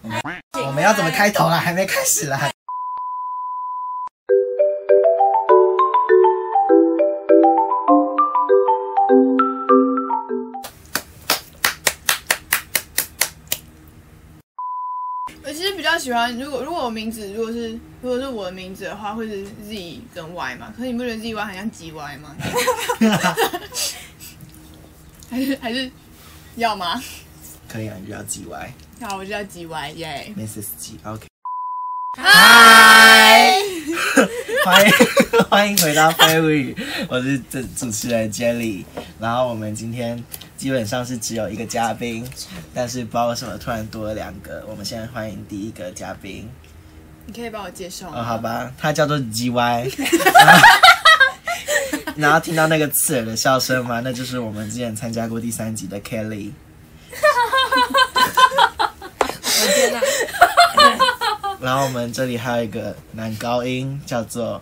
我们要怎么开头啦？还没开始啦。 我其实比较喜欢，如果我名字如果是我的名字的话，会是 Z 跟 Y 嘛？可是你不觉得 ZY 很像 GY 吗？还是要吗？ 可以啊，你就叫 GY。 好，我就叫 GY 耶。 Mrs. G，OK。 嗨， 欢迎回到废物语，我是主持人 Jelly。然后我们今天基本上是只有一个嘉宾，但是不知道为什么突然多了2个。我们现在欢迎第一个嘉宾。 你可以帮我介绍吗？ 好吧，他叫做 GY。然后听到那个刺耳的笑声吗？那就是我们之前参加过第3集的 Kelly。 我天哪！ 然后我们这里还有一个男高音，叫做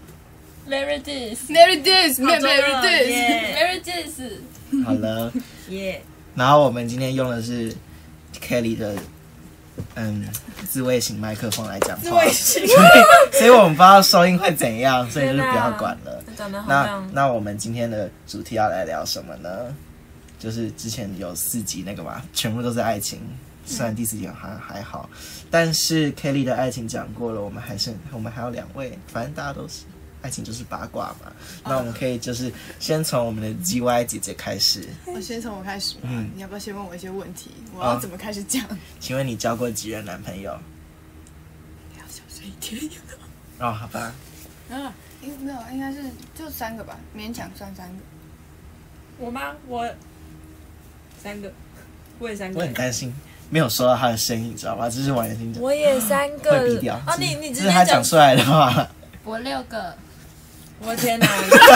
Meredith。 好了， 耶！ 然后我们今天用的是 Kelly 的自慰型麦克风来讲话，所以我们不知道收音会怎样，所以就是不要管了。那我们今天的主题要来聊什么呢？就是之前有4集那个嘛，全部都是爱情。虽然第4集还好，但是 Kelly 的爱情讲过了，我们还有2位，反正大家都是爱情就是八卦嘛。那我们可以就是先从我们的 GY 姐姐开始。 我先从我开始嘛，你要不要先问我一些问题？我要怎么开始讲？ 请问你交过几任男朋友？ 要小声一点。 哦，好吧。 没有，应该是就3个吧，勉强算3个。 我吗？我3个，我也3个。 我很担心。没有收到他的声音，你知道吗？这是王眼睛讲。 我也3个。 会逼掉啊！你直接这是他讲出来的话。 我6个。 我天哪！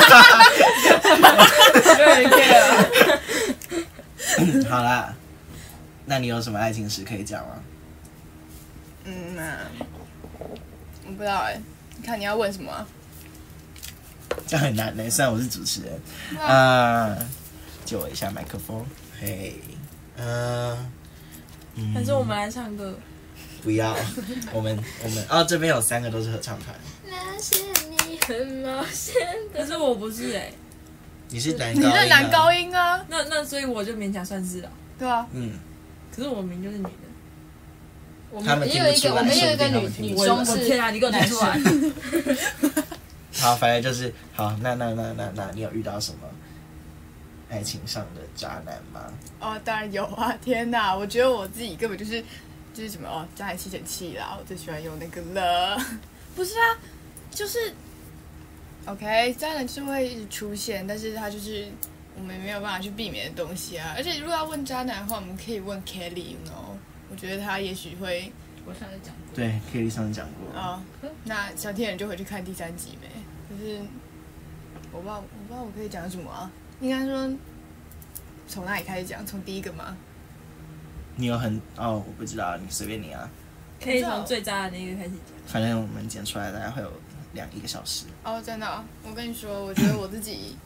好啦，那你有什么爱情史可以讲吗？ 我不知道你看你要问什么啊？ 这样很难呢，虽然我是主持人。借我一下麦克风。嘿， 还是我们来唱歌？ 不要，我们这边有3个都是合唱团。 那是你很冒险的， 可是我不是你是男高音、 你是男高音啊？ 那所以我就勉强算是了。 对啊。 可是我明就是女的。 他们听不出来， 我们有一个女中是。 天啊！你给我拿出来。 好，反正就是好。那你有遇到什么爱情上的渣男吗？ 哦，当然有啊！天哪，我觉得我自己根本就是什么渣男吸尘器啦，我最喜欢用那个了。不是啊，就是 OK， 渣男就是会一直出现，但是他就是我们没有办法去避免的东西啊。而且如果要问渣男的话，我们可以问 Kelly， 我觉得他也许会。 我上次讲过。 对 ，Kelly 上次讲过。 那小天人就回去看第3集没？可是我不知道我可以讲什么啊？应该说从哪里开始讲？从第一个吗？ 你有我不知道，你随便你啊。 可以从最渣的那个开始讲。 反正我们剪出来大概会有1个小时。 真的我跟你说，我觉得我自己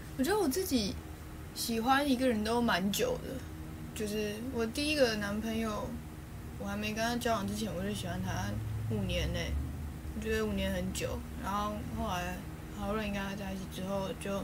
喜欢一个人都蛮久的。就是我第一个男朋友，我还没跟他交往之前，我就喜欢他5年呢。我觉得5年很久。然后后来好不容易跟他在一起之后，就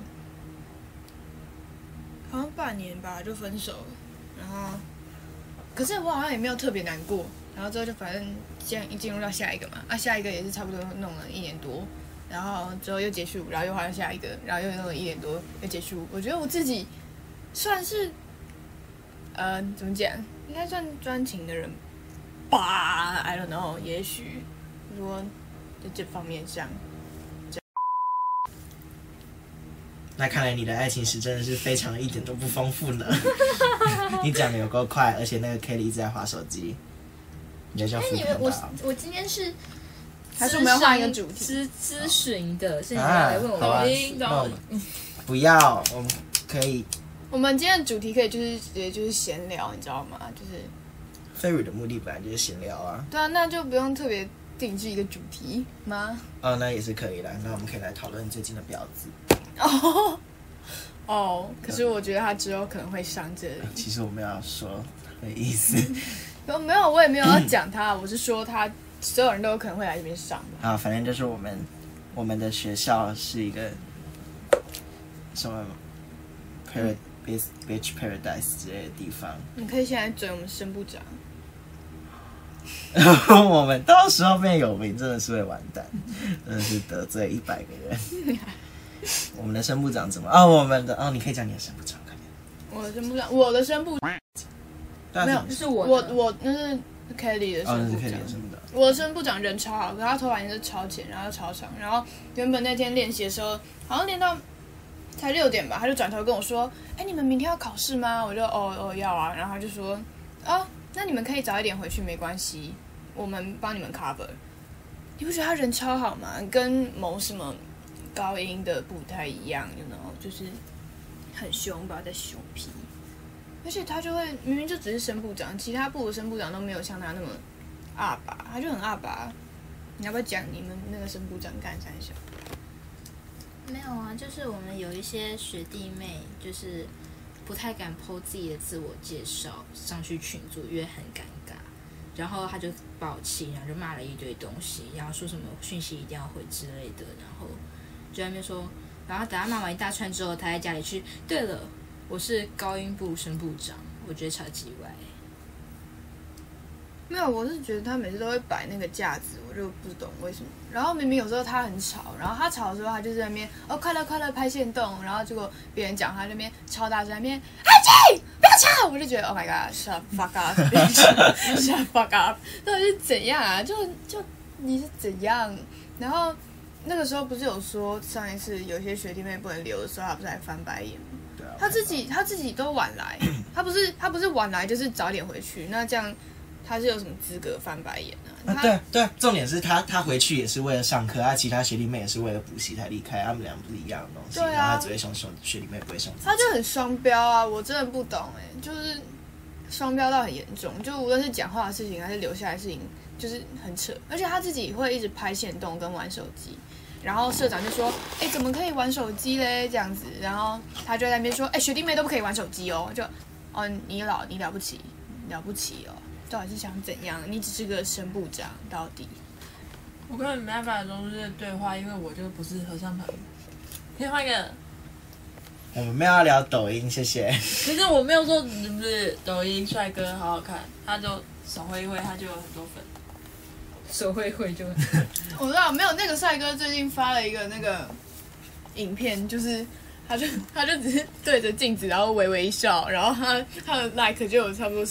好像半年吧就分手了。然后可是我好像也没有特别难过。然后之后就反正进入到下一个嘛，下一个也是差不多弄了1年多，然后之后又结束，然后又换下一个，然后又弄了1年多又结束。我觉得我自己算是怎么讲，应该算专情的人吧 ，I don't know， 也许说在这方面上。 那看来你的爱情史真的是非常一点都不丰富呢。你讲的有够快，而且那个 Kelly 一直在滑手机。你在叫副频道。 我今天是， 还是我们要换一个主题？ 咨询的，是你要来问我好的。 不要，我们可以。 我们今天的主题可以直接就是闲聊，你知道吗？就是废物的目的本来就是闲聊啊。 对啊，那就不用特别定制一个主题吗？ 那也是可以的。那我们可以来讨论最近的婊子。 可是我觉得他之后可能会上这里。 其实我们要说的意思， 没有，我也没有要讲他，我是说他所有人都有可能会来这边上的。 啊，反正就是我们的学校是一个什么 beach paradise 之类的地方。 你可以现在嘴我们生部长。 我们到时候变有名，真的是会完蛋，真的是得罪100个人。我们的生部长怎么？你可以讲你的生部长，快点。 我的生部没有， 是我那是 Kelly 的生部长。我的生部长人超好，可他头发也是超浅，然后超长。然后原本那天练习的时候，好像练到才6点吧，他就转头跟我说：“哎，你们明天要考试吗？”我就要啊。然后他就说：“哦，那你们可以早一点回去，没关系，我们帮你们 cover。”你不觉得他人超好吗？跟某什么高音的不太一样就是很凶，不知道在凶屁。而且他就会明明就只是生部长，其他部的生部长都没有像他那么阿爸，他就很阿爸。你要不要讲你们那个生部长干三小？ 没有啊，就是我们有一些学弟妹，就是不太敢 po 自己的自我介绍上去群组，因为很尴尬。然后他就爆气，然后就骂了一堆东西，然后说什么讯息一定要回之类的，然后就在那边说，然后等他骂完一大串之后，他在家里去，对了，我是高音部生部长，我觉得超级歪。 没有，我是觉得他每次都会摆那个架子，我就不懂为什么。然后明明有时候他很吵，然后他吵的时候，他就在那边快乐快乐拍线动，然后结果别人讲他那边超大声，那边安静不要吵，我就觉得 Oh my God shut fuck up shut fuck up， 到底是怎样啊？就你是怎样？然后那个时候不是有说上一次有些学弟妹不能留的时候，他不是还翻白眼吗？ 对啊， 他自己都晚来，他不是晚来就是早点回去，那这样。他是有什么资格翻白眼呢？ 对，重点是他回去也是为了上课，其他学弟妹也是为了补习才离开，他们俩不是一样的东西。 对啊， 然后他只会凶学弟妹，不会凶自己。 他就很双标啊！我真的不懂就是双标到很严重，就无论是讲话的事情还是留下来的事情，就是很扯。而且他自己会一直拍限动跟玩手机，然后社长就说：“怎么可以玩手机嘞？”这样子，然后他就在那边说：“学弟妹都不可以玩手机哦。”就你了不起哦。到底是想怎样？你只是个生部长，到底？ 我根本没办法融入这个对话，因为我就不是和尚团。可以换一个。 我们没有要聊抖音，谢谢。 可是我没有说是不是抖音帅哥好好看，他就手挥一挥，他就有很多粉。 手挥一挥就。 我知道，没有那个帅哥最近发了一个那个影片，就是他就只是对着镜子，然后微微一笑，然后他的 like 就有差不多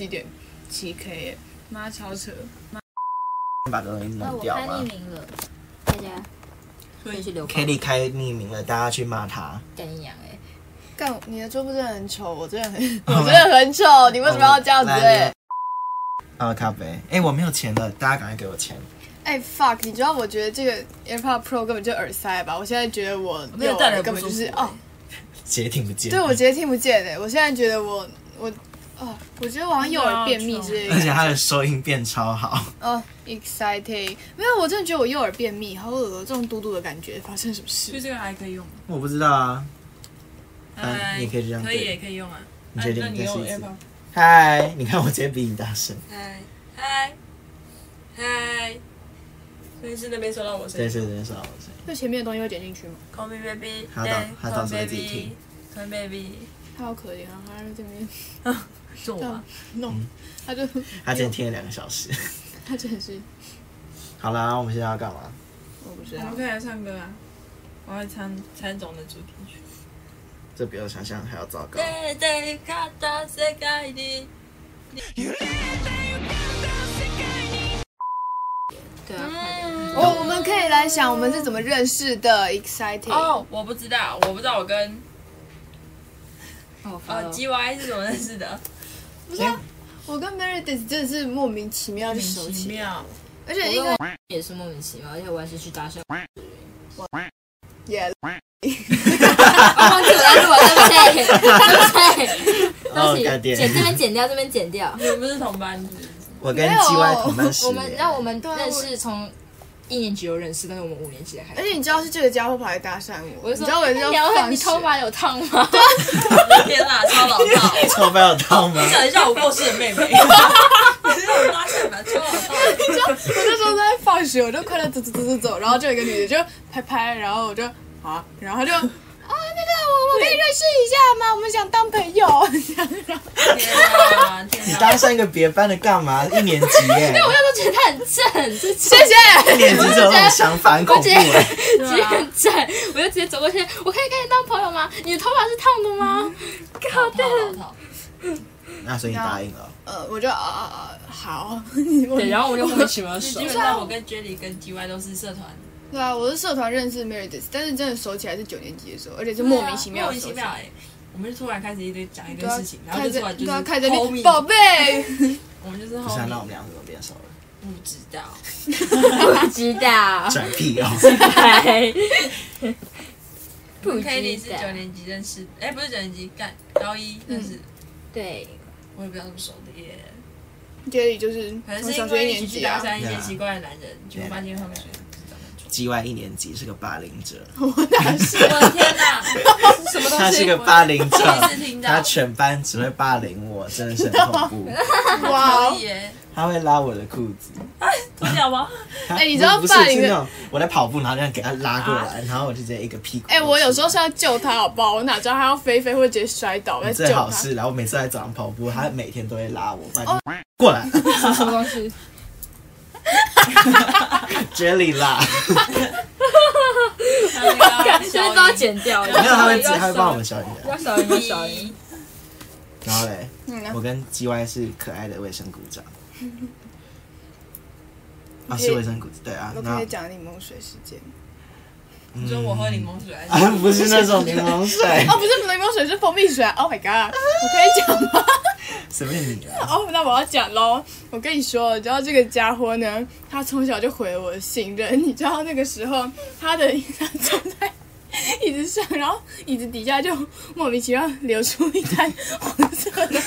47.7K， 妈超扯！ 把东西弄掉吗？ 我开匿名了，大家可以去留。 Kelly 开匿名了，大家去骂他。 干你娘干你的桌布真的很丑，我真的很丑，你为什么要这样子咖啡。我没有钱了，大家赶快给我钱。 fuck， 你知道我觉得这个 AirPod Pro 根本就耳塞吧？我现在觉得我右耳根本就是直接听不见。 对，我直接听不见我现在觉得我觉得我好像右耳便秘之类的， 而且它的收音变超好。 exciting， 没有，我真的觉得我右耳便秘，好恶，这种嘟嘟的感觉，发生什么事？ 所以这个还可以用吗？ 我不知道啊。你也可以这样。 可以也可以用啊。 你决定， 那你用 AirPod。 嗨，你看我直接比你大声。 嗨。所以是那边收到我声音。 对，是那边收到我声音。 就前面的东西会剪进去吗 ？Call me baby， 他到时候自己听。 Call me baby。 他好可怜啊，他在这边做我弄，他之前听了2个小时。 他真的是。 好啦，我们现在要干嘛？ 我不知道。 我们可以来唱歌啊！我要唱3种的主题曲。 这比我想象还要糟糕。 对啊， 我们可以来想我们是怎么认识的 ，exciting。 我不知道我跟GY 是怎么认识的？ 不是啊，我跟 Meredith 真的是莫名其妙就熟起来，而且一个也是莫名其妙，而且我还是去搭讪。 也。 忘记我在录了，对不起，这边剪掉，这边剪掉。 你们不是同班子？ 我跟 GY 同班10 年。我们认识从1年级就认识，但是我们5年级才开始。 而且你知道是这个家伙跑来搭讪我， 你知道我你头发有烫吗？ 天哪，超老套！ 头发有烫吗？ 你想一下我过世的妹妹。 拉线板超好笑。 我那时候在放学，我就快乐走，然后就有一个女的就拍，然后我就啊，然后她就我可以认识一下吗？我们想当朋友。 你当上一个别班的干嘛？1年级耶！ 我那时候觉得他很正，谢谢。 1年级就有那种想法，很恐怖哎。 直接很正，我就直接走过去，我可以跟你当朋友吗？你的头发是烫的吗？靠的。 那所以你答应了？ 我就好。 对，然后我就莫名其妙的熟。基本上我跟 Jelly 跟 GY 都是社团。 对啊，我是社团认识 Meredith， 但是真的熟起来是9年级的时候，而且是莫名其妙的熟起来。 我们就突然开始讲一堆事情，然后就突然就是开始宝贝， 我们就是不是，那我们两个怎么变熟了？ 不知道， 转屁哦！ 不知道。Kelly 是9年级认识，不是9年级，高1认识。 对， 我也不知道那么熟的耶。 Jelly 就是可能是因为一起去搭讪一些奇怪的男人，结果发现他们 GY 1年级是个霸凌者， 我哪是？ 我的天哪，什么东西？ 他是个霸凌者， 第一次听到他全班只会霸凌我，真的是很恐怖。 哇， 他会拉我的裤子， 脱掉吗？ 你知道霸凌的？ 我在跑步，然后这样给他拉过来，然后我就直接一个屁股。 我有时候是要救他，好不好？我哪知道他要飞会直接摔倒，在救他。 最好是，然后每次在早上跑步，他每天都会拉我，过来。 什么东西 ？Jelly 啦。 现在都要剪掉。 没有，他会帮我们消音的。 要消音，要消音。 然后嘞，我跟 GY 是可爱的卫生股长。是卫生股，对啊。 我可以讲柠檬水事件。 你说我喝柠檬水不是那种柠檬水。 不是柠檬水，是蜂蜜水。Oh my god！ 我可以讲吗？ 什么你啊？ 那我要讲喽。我跟你说，你知道这个家伙呢，他从小就毁了我的信任。你知道那个时候，他坐在椅子上，然后椅子底下就莫名其妙流出一滩黄色的，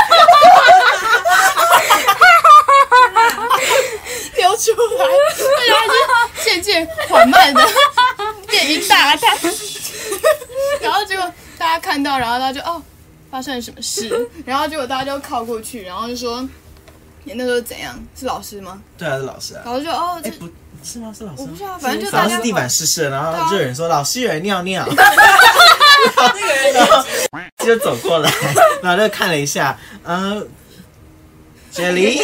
流出来，而且它是渐缓慢的变一大滩，然后结果大家看到，然后他就发生了什么事，然后结果大家就靠过去，然后就说你那时候怎样？是老师吗？ 对啊，是老师啊。 老师就不是吗？是老师吗？ 我不知道，反正就大家是地板湿湿，然后就有人说老师有人尿尿， 那个人就走过来，然后就看了一下，Jelly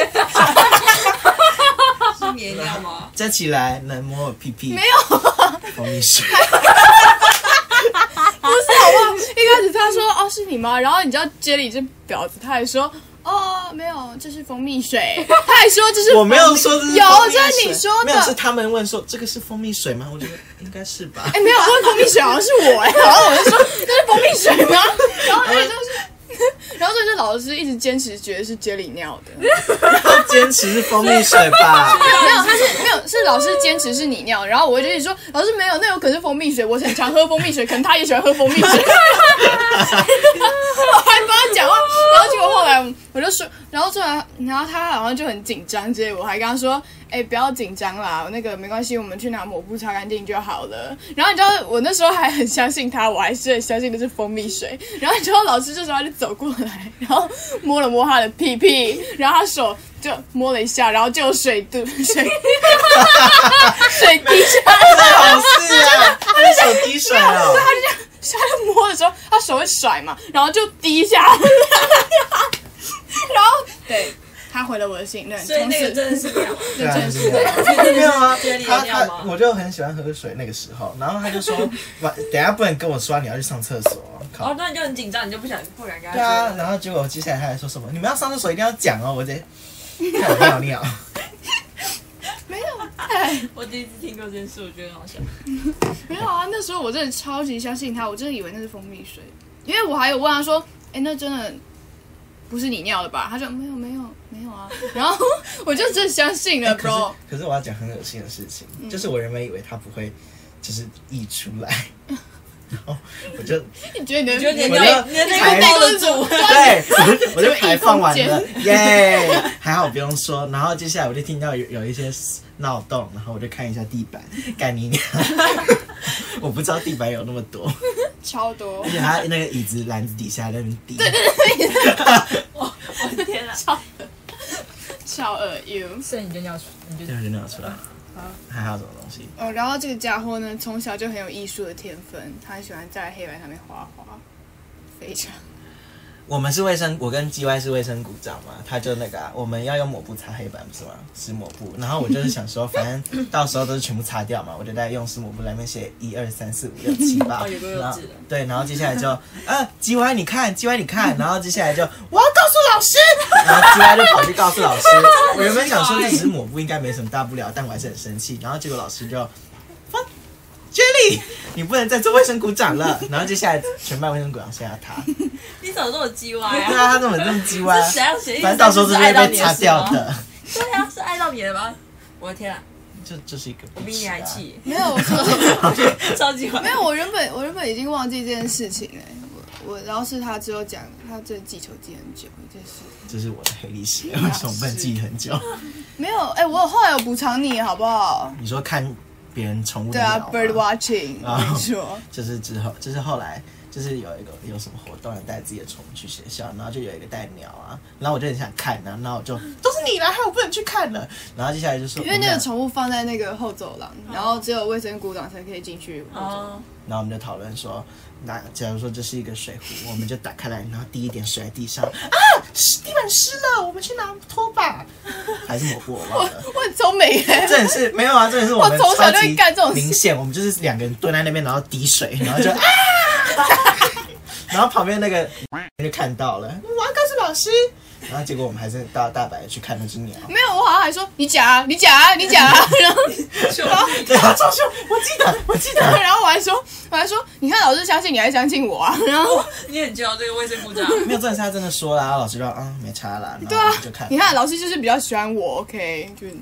是棉尿吗？ 站起来，能摸我屁屁？ 没有， 蜂蜜水。 不是好不好？一开始他说是你吗？然后你知道 Jelly 这婊子，他还说没有，这是蜂蜜水。他还说这是我没有说这是有，这是你说的。 没有，是他们问说这个是蜂蜜水吗？我觉得应该是吧。 没有，问蜂蜜水好像是我然后我就说这是蜂蜜水吗？然后然后这老师一直坚持觉得是 Jelly 尿的， 坚持是蜂蜜水吧？ 没有，他是没有，是老师坚持是你尿，然后我就一直说老师没有，那有可能是蜂蜜水，我很常喝蜂蜜水，可能他也喜欢喝蜂蜜水，我还帮他讲话，然后结果后来我就说，然后他好像就很紧张之类，我还跟他说，不要紧张啦，那个没关系，我们去拿抹布擦干净就好了。然后你知道我那时候还很相信他，我还是很相信那是蜂蜜水。然后你知道老师这时候他就走过来，然后摸了摸他的屁屁，然后他手就摸了一下，然后就有水滴下来， 好事啊！他的手滴水了。 他就摸的时候，他手会甩嘛，然后就滴下来，然后对。他回了我的信任， 所以那个真的是尿， 对啊，没有啊，我就很喜欢喝水那个时候，然后他就说，等下不能跟我说你要去上厕所。 那你就很紧张，你就不敢跟他说。 对啊，然后结果接下来他还说什么，你们要上厕所一定要讲哦，我直接尿尿。 没有， 我第一次听过这件事，我觉得很好笑。 没有啊，那时候我真的超级相信他，我真的以为那是蜂蜜水，因为我还有问他说，那真的不是你尿的吧？他说没有啊，然后我就真的相信了 ，bro。 可是我要讲很恶心的事情，就是我原本以为他不会，就是溢出来，然后我就你觉得你的内裤包得住？ 对，我就排放完了，耶，还好不用说。然后接下来我就听到有一些闹动，然后我就看一下地板，干你娘！我不知道地板有那么多， 超多， 而且他那个椅子篮子底下在那边滴。 对， 我的天啊， 超恶心。 所以你就尿出， 对，就尿出来。还有什么东西？ 然后这个家伙呢，从小就很有艺术的天分，他喜欢在黑板上面画画，非常。 我跟 GY 是卫生股长嘛，他就那个我们要用抹布擦黑板不是吗？湿抹布，然后我就是想说，反正到时候都是全部擦掉嘛，我就在用湿抹布在那边写1、2、3、4、5、6、7、8， 有个幼稚的。 对，然后接下来就GY 你看，GY 你看，然后接下来就我要告诉老师，然后 GY 就跑去告诉老师。我原本想说这只是抹布，应该没什么大不了，但我还是很生气。然后结果老师就Jelly， 你不能再做卫生股长了。然后接下来全班卫生股长现在他。 你怎么这么鸡歪对啊，他怎么这么鸡歪？ 是谁要写？ 反正到时候是会被擦掉的。 对啊，是爱到你了吗？我的天啊！ 就是一个， 我比你还气。 没有，我说超级没有，我原本已经忘记这件事情我然后是他之后讲，他真的记仇记很久一件事。 这是我的黑历史，为什么不能记很久？ 没有，我后来有补偿你，好不好？ 你说看别人宠物的对啊鸟 ，bird watching，我跟你说， 就是之后，就是后来，就是有什么活动，带自己的宠物去学校，然后就有一个带鸟啊，然后我就很想看啊，然后我就都是你来，害我不能去看了。然后接下来就说， 因为那个宠物放在那个后走廊，然后只有卫生股长才可以进去后走廊。 然后我们就讨论说，那假如说这是一个水壶，我们就打开来，然后滴一点水在地上啊，地板湿了，我们去拿拖把，还是抹布我忘了。 我很聪明耶， 这也是没有啊，这也是我们从小就会干这种事明显，我们就是2个人蹲在那边，然后滴水，然后就然后旁边那个就看到了，我要告诉老师。然后结果我们还是大白去看那只鸟。 没有，我好像还说你讲啊，然后对啊，超凶，我记得。 然后我还说，你看老师相信你，还相信我啊？然后你很骄傲这个卫生股长。 没有，真的是他真的说啦，老师就没差啦，然对啊后就看。 你看老师就是比较喜欢我 ，OK， 就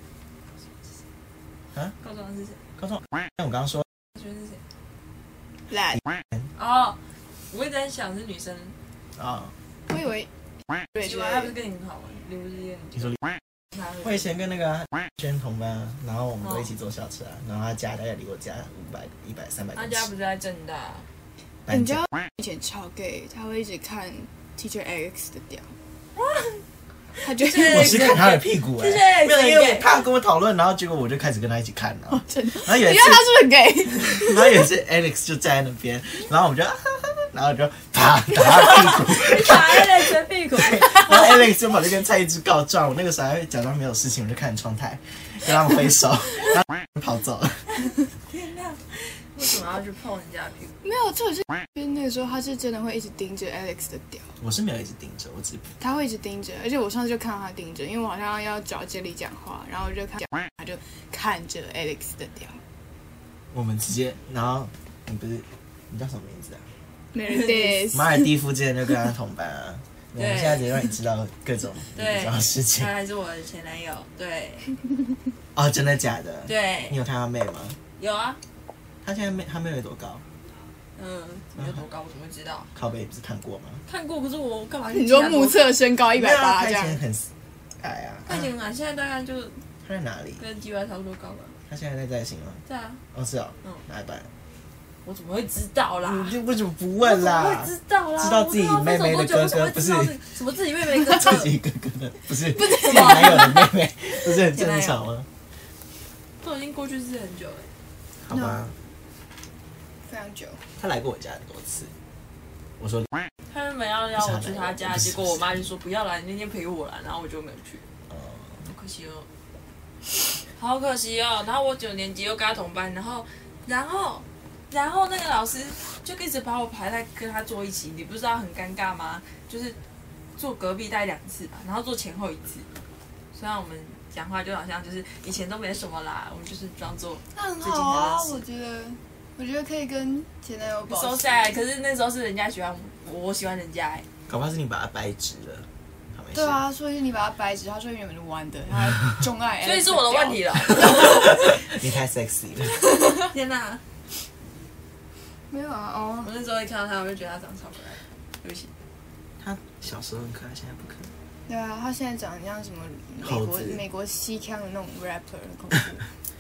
高中是谁？ 高中，像我刚刚说， 觉得是谁？ 来， 哦，我一直在想是女生。 我以为对， 喜欢他不是跟你很好吗？刘日燕。 你说我以前跟那个轩同班，然后我们都一起坐校车啊，然后他家大概离我家500、100、300公尺。 他家不是在正大。 你知道以前超 gay，他会一直看 Teacher Alex 的屌。他就我是看他的屁股没有，因为他跟我讨论，然后结果我就开始跟他一起看了。然后有一次， 你看他是不是很 gay？ 然后有一次 Alex 就站在那边，然后我们就，然后就啪打他屁股， 打 Alex 的屁股， 然后 Alex 就跑去跟蔡一智告状，我那个时候还会假装没有事情，我就看窗台跟他们挥手，然后跑走了。 天哪！为什么要去碰人家的屁股？ 没有，这是因为那个时候他是真的会一直盯着 Alex 的屌。 我是没有一直盯着，我只他会一直盯着，而且我上次就看到他盯着，因为我好像要找杰里讲话，然后我就看他就看着 Alex 的屌。 我们直接，然后你叫什么名字啊？ Meredith， 马尔蒂夫之前就跟他同班啊。我对们现在直接让你知道各种你不知道的事情。 他还是我的前男友。对。 哦，真的假的？ 对。 你有看他妹吗？ 有啊。 他现在他妹妹多高？ 你有多高？我怎么会知道？ 靠背不是看过吗？ 看过，可是我干嘛？ 你说目测身高180这样？ 他以前很矮啊。 他以前矮，现在大概就他在哪里？ 跟 GY 差不多高吧。 他现在在行吗？ 在啊。 哦，是哦。哪一班？ 我怎么会知道啦？ 你为什么不问啦？ 我怎么会知道啦？ 知道自己妹妹的哥哥不是什么自己妹妹哥哥？ 自己哥哥的不是自己男友的妹妹，不是很正常吗？ 都已经过去是很久了。 好吧。 非常久。 他来过我家很多次。我说他原本要我去他家，结果我妈就说不要来，你那天陪我来，然后我就没有去。好可惜哦，好可惜哦。然后我9年级又跟他同班，然后那个老师就一直把我排在跟他坐一起，你不知道很尴尬吗？就是坐隔壁大概2次吧，然后坐前后1次。虽然我们讲话就好像就是以前都没什么啦，我们就是装作那很好啊，我觉得可以跟前男友保持。 So sad， 可是那时候是人家喜欢我喜欢人家搞不好是你把他掰直了。 对啊，所以你把他掰直，他说原本是弯的，他钟爱， 所以是我的问题了。 你太 sexy 了。 天哪！ 没有啊，哦， 我那时候一看到他，我就觉得他长得超可爱。对不起。 他小时候很可爱，现在不可爱。 对啊，他现在长得像什么美国西腔的那种 rapper，很恐怖。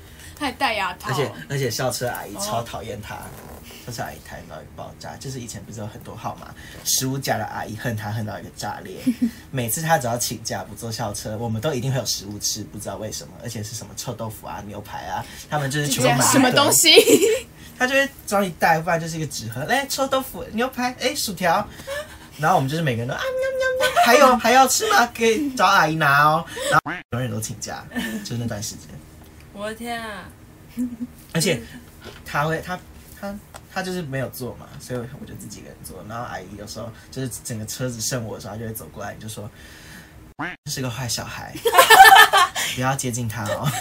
还戴牙套， 而且校车阿姨超讨厌他。校车阿姨讨厌到一个爆炸，就是以前不是有很多号码，15甲的阿姨恨他恨到一个炸裂。每次他只要请假不坐校车，我们都一定会有食物吃，不知道为什么，而且是什么臭豆腐啊、牛排啊，他们就是全部买什么东西， 他就会找你带，不然就是一个纸盒，哎，臭豆腐、牛排，哎，薯条。然后我们就是每个人都啊喵喵喵，还要吃吗？可以找阿姨拿哦。然后永远都请假，就是那段时间。 我的天啊！ 而且他就是没有做嘛，所以我就自己一个人做。然后阿姨有时候就是整个车子剩我的时候，她就会走过来，就说：“是个坏小孩，不要接近他哦。”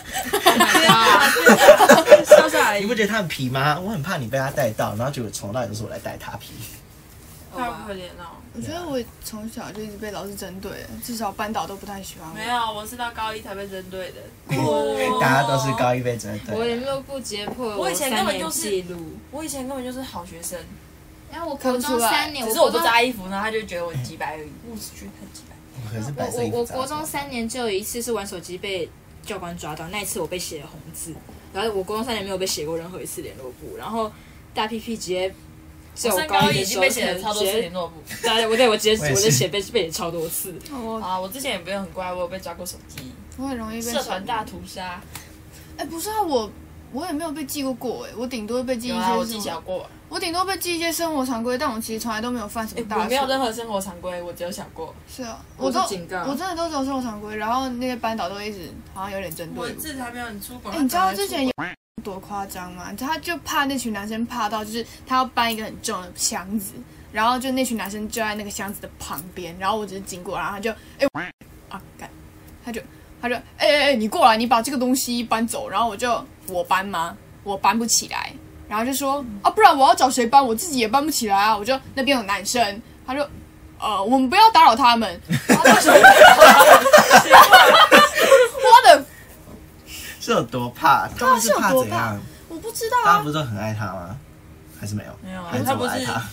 校车阿姨， 你不觉得他很皮吗？我很怕你被他带到，然后结果从头到尾都是我来带他皮。 太可怜了。 我觉得我从小就一直被老师针对，至少班导都不太喜欢我。 没有，我是到高一才被针对的。 大家都是高一被针对。 我联络部揭破我以前根本就 3 是年记录。 我以前根本就是好学生， 然后我国中3年， 只是我不扎衣服，然后他就觉得我很鸡掰而已。我是觉得很鸡掰。 可是白色衣服我国中3年就有一次是玩手机被教官抓到，那一次我被写了红字，然后我国中3年没有被写过任何一次联络部，然后大屁屁直接。 我升高一已经被写了超多次联络部， 我直接我的写被写超多次。 我之前也没有很乖，我有被抓过手机。 我很容易被社团大屠杀。 不是啊，我也没有被记过我顶多被记一些。 我记小过。 我顶多被记一些生活常规，但我其实从来都没有犯什么大错。 我没有任何生活常规，我只有小过。 是啊， 我真的都只有生活常规，然后那些班导都一直好像有点针对我。 我字还没有很出轨。 你知道之前有多夸张吗？他就怕那群男生怕到，就是他要搬一个很重的箱子，然后就那群男生就在那个箱子的旁边，然后我只是经过，然后他就他就你过来，你把这个东西搬走，然后我搬吗？我搬不起来，然后就说不然我要找谁搬？我自己也搬不起来啊！我就那边有男生，他就我们不要打扰他们。我的。 是有多怕？他们是怕怎样？ 我不知道啊。 大家不是都很爱他吗？还是没有？ 没有， 还是我爱他。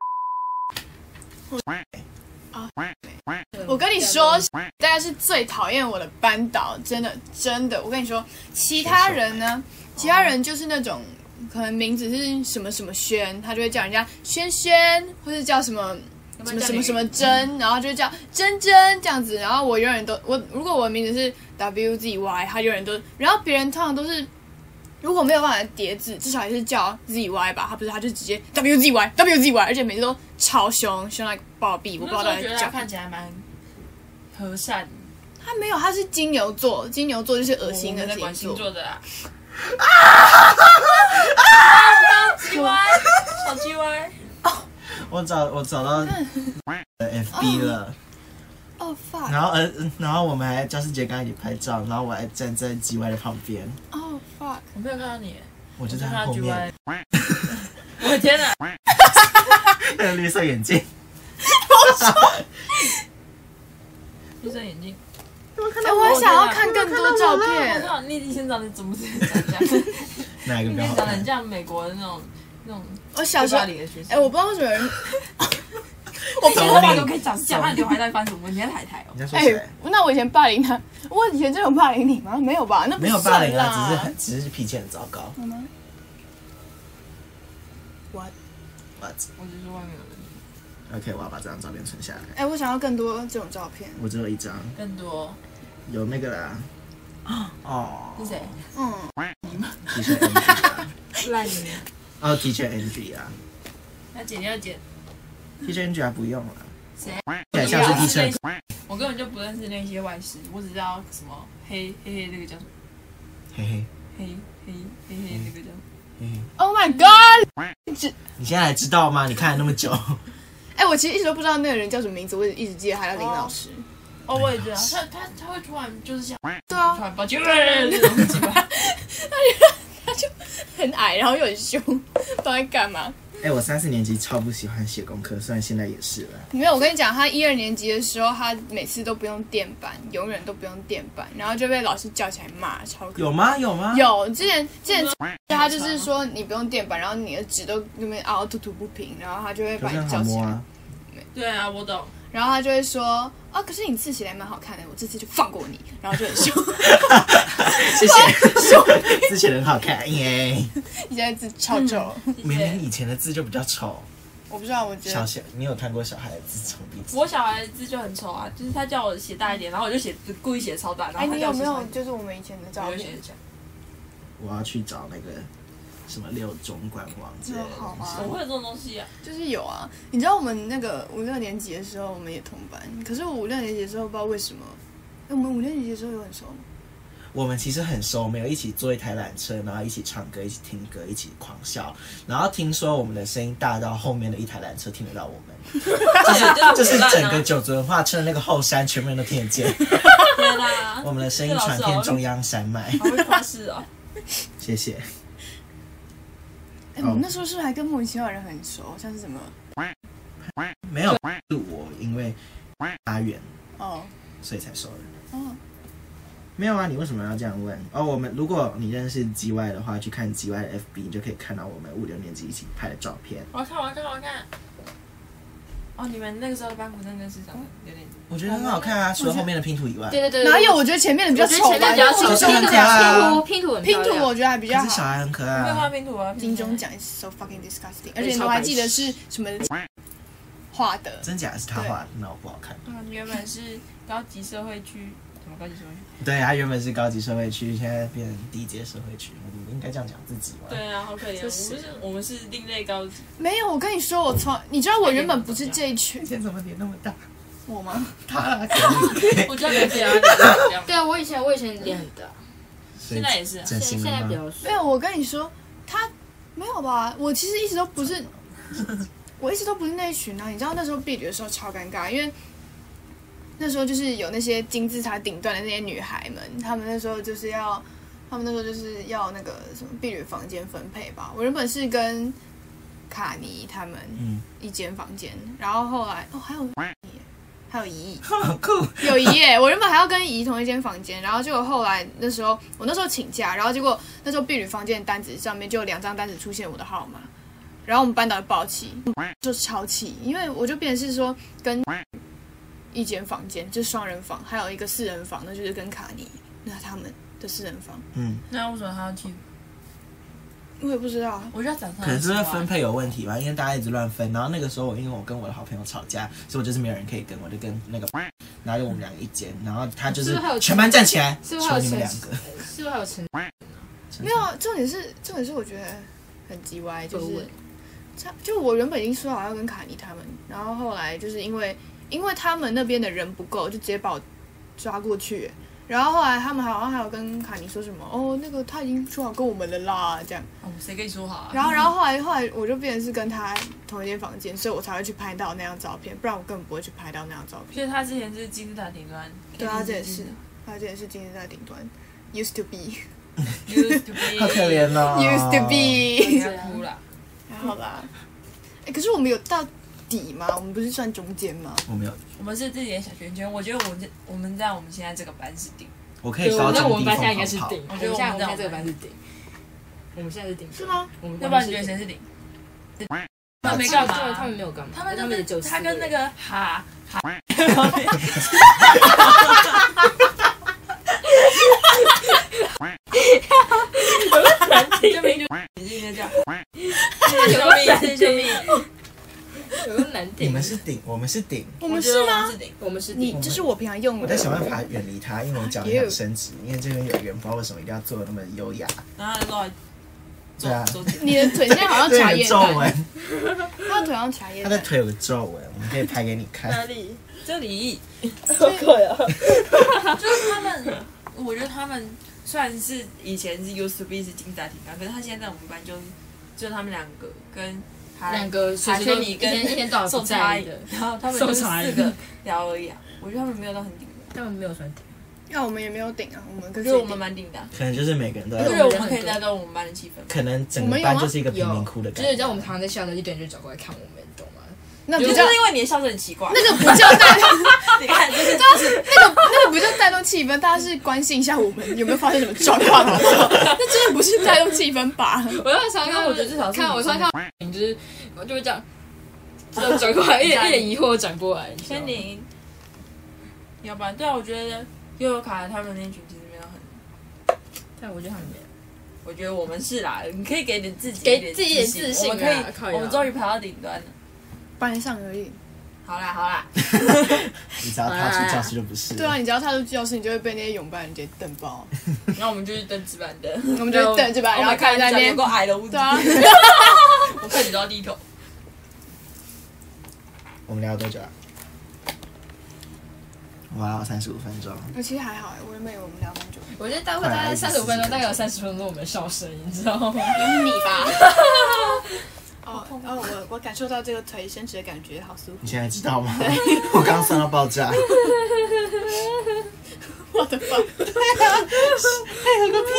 我跟你说，大概是最讨厌我的班导，真的。我跟你说，其他人呢？其他人就是那种可能名字是什么什么轩，他就会叫人家轩轩，或是叫什么。什么真，然后就叫真这样子，然后我永远都如果我的名字是 WZY， 他永远都，然后别人通常都是如果没有办法叠字，至少也是叫 ZY 吧，他就直接 WZY， 而且每次都超凶到暴毙，我不知道他在讲。 他看起来蛮和善。 他没有，他是金牛座，金牛座就是恶心的星座的啊。小 GY。 我找到FB 了。 fuck！ 然后我们还教师节刚刚一起拍照，然后我还站在 GY 的旁边。 fuck！ 我没有看到你， 我就在他后面。 我的天哪！ 那个绿色眼镜。 绿色眼镜。 我还想要看更多照片。 你以前长得怎么这样？ 哪一个比较好看？ 长得很像美国的那种。 我小时候，我不知道为什么人， 我以前头发都可以长这样，那刘海在翻什么？你在台台哦。 你在说谁？ 那我以前霸凌他，我以前真有霸凌你吗？没有吧？那没有霸凌啊，只是脾气很糟糕。 What？ 我只是外面有人。 OK， 我要把这张照片存下来。 我想要更多这种照片。 我只有一张。 更多。 有那个啦。 是谁？ 你吗 ？T 恤 NG 烂你。 T 恤 NG 啊。 要剪。 T 恤 NG 还不用了。 谁？ 像是 T 恤。 我根本就不认识那些外师，我只知道什么黑那个叫什么？ 黑那个叫。 Oh my god！ 你现在还知道吗？你看了那么久。 我其实一直都不知道那个人叫什么名字，我一直记得他叫林老师。 我也知道，他会突然就是像， 对啊， 突然抱歉那种鸡巴， 他就很矮，然后又很凶，不知道在干嘛。 我3、4年级超不喜欢写功课，虽然现在也是了。 没有，我跟你讲，他1、2年级的时候，他每次都不用垫板，永远都不用垫板，然后就被老师叫起来骂，超可怕。 有吗？ 有，之前他就是说你不用垫板，然后你的纸都那边凹凸凸不平，然后他就会把你叫起来。 对啊，我懂。 然后他就会说啊，可是你字写的蛮好看的，我这次就放过你，然后就很凶。 谢谢，字写的很好看耶。 你现在字超丑， 明明以前的字就比较丑。 我不知道，我觉得你有看过小孩的字丑的字？ 我小孩的字就很丑啊，就是他叫我写大一点，然后我就故意写超大。然后你有没有就是我们以前的照片？ 我要去找那个什么6中官网之类的。 好啊， 怎么会有这种东西啊？ 就是有啊，你知道我们那个5、6年级的时候，我们也同班，可是我5、6年级的时候不知道为什么，我们5、6年级的时候有很熟吗？ 我们其实很熟，我们有一起坐一台缆车，然后一起唱歌，一起听歌，一起狂笑。然后听说我们的声音大到后面的一台缆车听得到我们，就是整个九族文化村的那个后山，全部人都听得见。 天哪！ 我们的声音传遍中央山脉。 好会夸饰哦！ 谢谢。 我们那时候是不是还跟莫名其妙的人很熟？像是什么？ 没有，是我因为阿远所以才熟的。没有啊，你为什么要这样问？如果你认识 GY 的话，去看 GY 的 FB，你就可以看到我们5、6年级一起拍的照片。 我要看。哦，你们那个时候的班服真的是长得有点…… 我觉得很好看啊，除了后面的拼图以外。 对。 哪有？我觉得前面的比较丑， 前面比较丑，拼图我觉得还比较好。 可是小孩很可爱。 会画拼图啊！ 金钟奖 is so fucking disgusting， 而且我还记得是什么画的。 真假是他画的，那我不好看。 原本是高级社会区。高级社会区， 对，他原本是高级社会区，现在变成低阶社会区。我们应该这样讲自己吗？ 对啊，好可怜。我们是另类高级。 没有，我跟你说，你知道我原本不是这一群。 以前怎么脸那么大？ 我吗？ 他我觉得脸这样。 对啊，我以前脸很大， 现在也是。 现在比较少。 没有，我跟你说，他没有吧？我其实一直都不是，我一直都不是那一群啊。你知道那时候毕业的时候超尴尬，因为。那时候就是有那些金字塔顶端的那些女孩们，她们那时候就是要那个什么婢女房间分配吧。我原本是跟卡尼他们一间房间，然后后来还有怡， 好酷， 有怡耶！我原本还要跟怡同一间房间，然后结果后来我那时候请假，然后结果那时候婢女房间的单子上面就有2张单子出现我的号码，然后我们班导就爆气，就超气，因为我就变成是说跟。一间房间就是双人房，还有一个4人房，那就是跟卡尼那他们的4人房。 那为什么他要去？ 我也不知道， 我觉得可能是分配有问题吧，因为大家一直乱分。然后那个时候因为我跟我的好朋友吵架，所以我就是没有人可以跟，我就跟那个，然后就我们2个一间，然后他就是全班站起来，求你们2个。 是不是还有陈？ 没有，重点是我觉得很鸡歪，就我原本已经说好要跟卡尼他们，然后后来就是因为他们那边的人不够，就直接把我抓过去。然后后来他们好像还有跟卡尼说什么那个他已经说好跟我们了啦，这样。 谁跟你说好啊？ 然后后来我就变成是跟他同一间房间，所以我才会去拍到那张照片，不然我根本不会去拍到那张照片。 所以他之前是金字塔顶端。 对，他之前是金字塔顶端 ，used to be， 好可怜哦 ，used to be， 要哭了。 好啦，可是我们有到底吗？我们不是算中间吗？ 我没有， 我们是自己的小圈圈。我觉得我们在我们现在这个班是顶。 我可以高中我们班现在应该是顶。 我觉得我们现在这个班是顶。我们现在是顶。 是吗？ 要不然你觉得谁是顶？他们没干嘛， 他们没有干嘛， 他跟那个哈。救命！你今天这样，救命！ 有个难听。 你们是顶，我们是顶， 我们是吗？ 我们是顶。 这是我平常用的。 我在想办法远离它，因为我脚很想伸直，因为这边有人，不知道为什么一定要做的那么优雅。 然后他就对啊， 你的腿现在好像茶叶皱纹， 他的腿好像茶叶。 他的腿有个皱纹，我们可以拍给你看。 哪里？这里。 好可爱啊！ 就是他们，我觉得他们虽然是以前是 used to be 是金字塔顶端，可是他现在在我们班就他们2个跟 2个海轩你跟一天到晚不在的， 然后他们就是4个聊而已啊。我觉得他们没有到很顶， 他们没有算顶。 那我们也没有顶啊，可是我们蛮顶的。 可能就是每个人都， 我觉得我们可以带动我们班的气氛。 可能整个班就是一个贫民窟的感觉。 就是你知道我们常常在笑的，一堆人就找过来看我们，懂吗？ 那不就是因为你的笑声很奇怪。 那个不叫带动， 你看，就是那个不叫带动气氛，大家是关心一下我们有没有发生什么状况，好不好？那真的不是带动气氛吧？ 我在常看， 我觉得至少看我常看，就是我就会这样。 就转过来，一脸疑惑转过来。 千宁，要不然对啊，我觉得悠悠卡他们那群其实没有很， 但我觉得他们没有。 我觉得我们是啦，你可以给点自己给自己一点自信啊我们可以，我们终于爬到顶端了。 班上而已。 好啦， 你只要踏出教室就不是。 对啊，你只要踏出教室，你就会被那些泳班人直接瞪爆。 然后我们就去登值班的， 我们就会瞪这班，然后看在那边够矮的屋子。 对啊， 我看你都要低头。 我们聊多久啊？哇，35分钟。 其实还好我原本以为我们聊很久。 我觉得大概35分钟，大概有30分钟我们笑声，你知道吗？ 是你吧？我感受到这个腿伸直的感觉，好舒服。 你现在知道吗？我刚酸到爆炸。 我的妈！ 配合个屁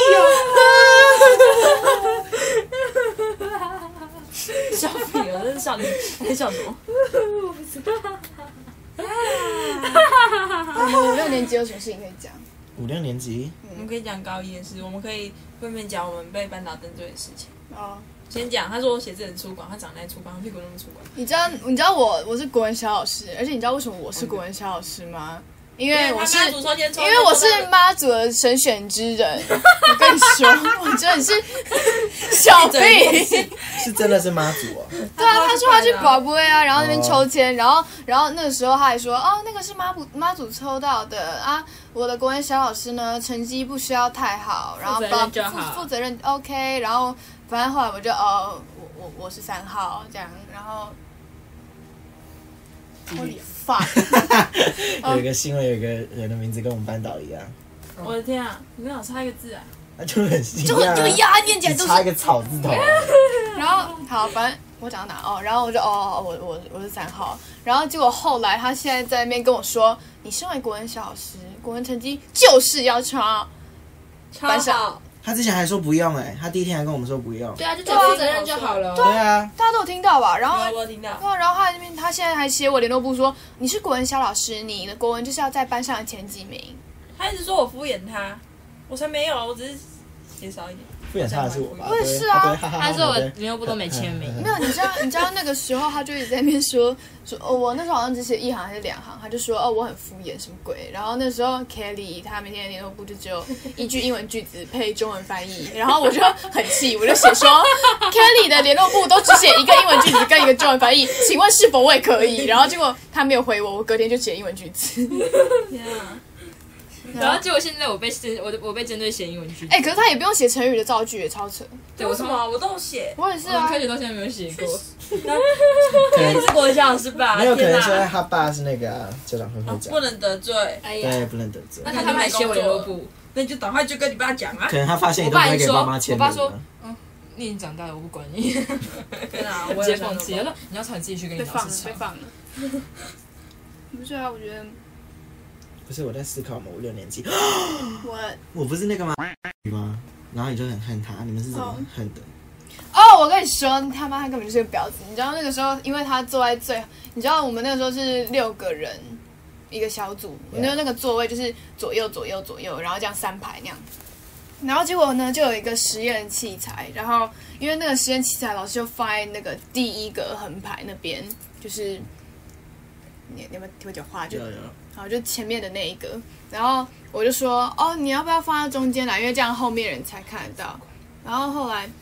笑屁了，真是笑你，你在笑什么？ 我们5、6年级有什么事情可以讲 ！5、6年级， 我们可以讲高一的事，我们可以顺便讲我们被班导登罪的事情。 哦。 先讲，他说我写字很粗犷，他长得太粗犷，他屁股那么粗犷。 你知道我是国文小老师，而且你知道为什么我是国文小老师吗？因为我是妈祖的神选之人。我跟你说，我真的是小屁。 是真的是妈祖哦。 对啊，他说他去宝贝啊，然后那边抽签，然后那个时候他还说那个是妈祖抽到的啊。我的国文小老师呢，成绩不需要太好，然后负责任 OK， 然后反正后来我就我是3号这样，然后。Holy fuck！ 有一个新闻，有一个人的名字跟我们班导一样。 我的天啊！你们有差一个字啊？ 那就很像， 就压念起来都是差一个草字头。 然后好，反正我讲到哪然后我就我是3号，然后结果后来他现在在那边跟我说，你身为国文小老师，国文成绩就是要抄班上。 他之前还说不用他第一天还跟我们说不用。 对啊，就只负责任就好了。 对啊， 大家都有听到吧？然后我有听到。 对啊，然后他现在还写我联络簿说，你是国文小老师，你的国文就是要在班上的前几名。 他一直说我敷衍他，我才没有，我只是写少一点。 敷衍他的是我吧？ 我也是啊， 他说我联络簿都没签名。 没有，你知道那个时候他就一直在那边说我那时候好像只写1行还是2行，他就说我很敷衍什么鬼。然后那时候 Kelly 他每天的联络簿就只有1句英文句子配中文翻译，然后我就很气，我就写说 Kelly 的联络簿都只写1个英文句子跟1个中文翻译，请问是否我也可以？然后结果他没有回我隔天就写英文句子。 然后结果现在我被针对写英文句子。 可是他也不用写成语的造句，也超扯。 对，为什么我都有写？ 我也是啊， 科学到现在没有写过。 你是国文小老师吧？ 没有，可能是因为他爸是那个家长会长， 不能得罪。 对，不能得罪。 那他们还写我联络簿，那你就赶快就跟你爸讲啊。 可能他发现你都不会给妈妈签名。 我爸说，你已经长大了，我不管你。 天啊，我直接放弃。他说你要吵你自己去跟你老师吵。 被放了。不是啊，我觉得。 不是我在思考嘛，5、6年级。 我不是那个吗？然后你就很恨他，你们是怎么恨的？ 我跟你说，他妈他根本就是个婊子。你知道那个时候，因为他坐在你知道我们那个时候是6个人一个小组，你知道那个座位就是左右，然后这样3排那样。然后结果呢，就有一个实验器材，然后因为那个实验器材老师就放在那个第1个横排那边，就是你有没有听我讲话？就好，就前面的那一个。然后我就说，你要不要放在中间来？因为这样后面人才看得到。然后后来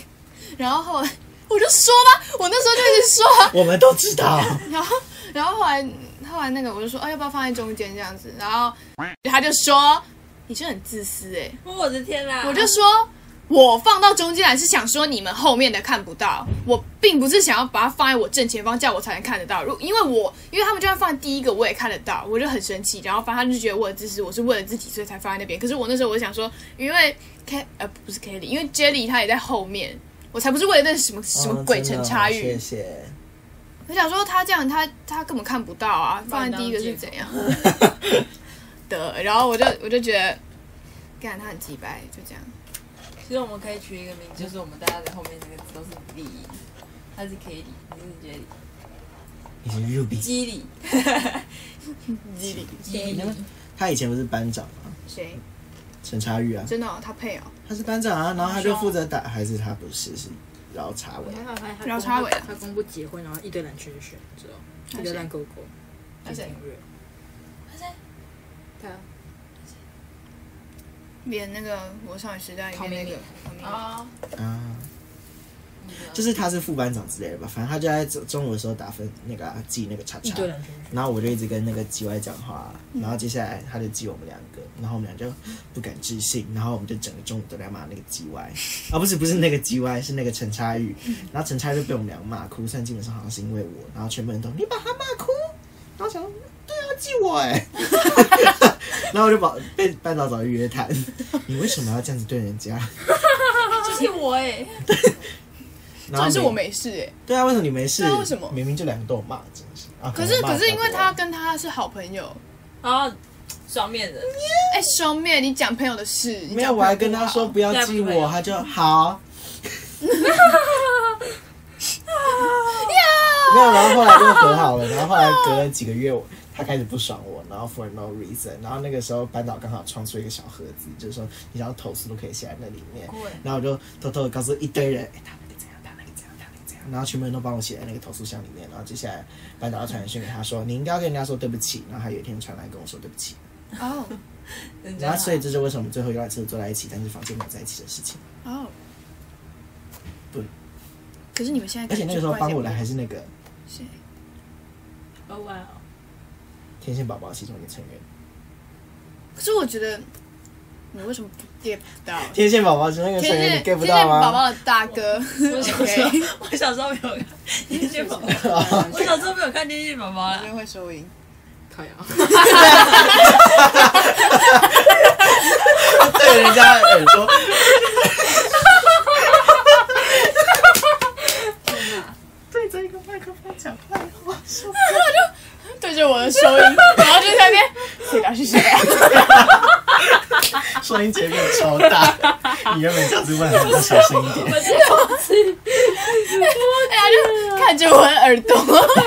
我就说嘛，我那时候就一直说， 我们都知道。 然后后来那个我就说，要不要放在中间这样子？然后他就说，你真的很自私我的天啦！ 我就说，我放到中间来是想说你们后面的看不到，我并不是想要把它放在我正前方，这样我才能看得到。因为他们就算放第1个我也看得到，我就很生气。然后反正他就觉得我很自私，我是为了自己所以才放在那边。可是我那时候我就想说，因为不是 Kelly， 因为 Jelly 他也在后面，我才不是为了那什么鬼程差异。 谢谢。 我想说他这样他根本看不到啊，放在第1个是怎样的？然后我就觉得，干他很鸡掰，就这样。 其实我们可以取一个名，就是我们大家在后面那个字都是利益，他是 Kelly， 你是 Jelly， 你是 Ruby， 基里， 基里， 他以前不是班长吗？ 谁？ 陈茶玉啊， 真的他配他是班长啊，然后他就负责打，还是他不是？是饶茶尾。 饶茶尾， 他公布结婚，然后一堆蓝圈圈，知道？一堆烂勾勾。 他谁？ 他谁？对啊。 演那个《我少女时代》里面那个啊。 就是他是副班长之类的吧，反正他就在中午的时候打分那个记那个叉叉，然后我就一直跟那个GY讲话，然后接下来他就记我们2个，然后我们俩就不敢置信，然后我们就整个中午都在骂那个GY，不是那个GY，是那个陈差玉，然后陈差玉就被我们俩骂哭，但基本上好像是因为我，然后全部人都你把他骂哭，然后想说对啊记我然后我就被班长找约谈，你为什么要这样子对人家？ 就是我重点是我没事对啊，为什么你没事？ 对啊，为什么？ 明明就2个都有骂，真是啊！ 可是因为他跟他是好朋友， 然后双面人。 双面，你讲朋友的事， 没有，我还跟他说不要记我，他就好。没有，然后后来就和好了，然后后来隔了几个月，他开始不爽我，然后 for no reason， 然后那个时候班导刚好创出一个小盒子，就是说你想要投诉都可以写在那里面，然后我就偷偷的告诉一堆人，他那个怎样，他那个怎样，他那个怎样，然后全部人都帮我写在那个投诉箱里面，然后接下来班导要传讯给他说，你应该要跟人家说对不起，然后他有一天传来跟我说对不起。然后所以这是为什么我们最后有2次坐在一起，但是房间没有在一起的事情。对。 可是你们现在， 而且那个时候帮我的还是那个谁？ 哇！ 天线宝宝其中一个成员。 可是我觉得你为什么不 get 不到？ 天线宝宝是那个成员，你 get 不到吗？ 天线宝宝的大哥， 我小时候没有看天线宝宝，我小时候没有看天线宝宝啦。 真会收音， 靠呀！ 对人家耳朵。对着一个麦克风讲坏话，说就对着我的收音，然后就在那边谁打是谁啊？ 收音节变超大，你原本讲这问很小声一点。 他就看着我的耳朵。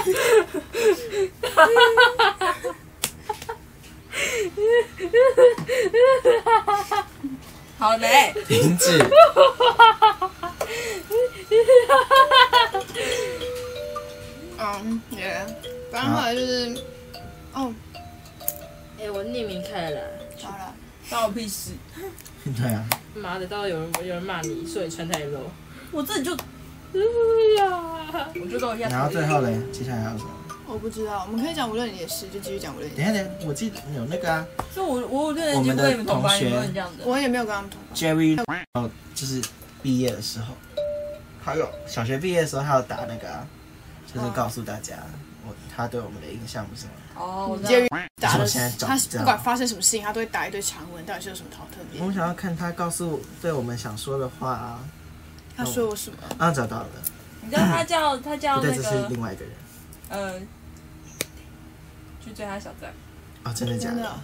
好嘞， 停止。 反正后来就是， 我匿名开了啦。 好了， 关我屁事。 对啊。 妈的，到有人骂你，说你穿太露。 我这里就，我就都一下。 然后最后嘞，接下来还有什么？ 我不知道，我们可以讲无论你的事，就继续讲无论你的事。 等一下，我记得有那个啊。 就我对人节跟你们同班，有没有这样的？ 我也没有跟他们同班。 Jerry， 就是毕业的时候，他有小学毕业的时候，他有打那个啊，就是告诉大家，他对我们的印象不是吗？ 我知道。 Jerry 打的， 他不管发生什么事情，他都会打一堆长文，到底是有什么好特别？ 我想要看他告诉对我们想说的话啊。 他说我什么？ 找到了。 你知道他叫那个？ 不对，这是另外一个人。 去追他小站。 真的假的？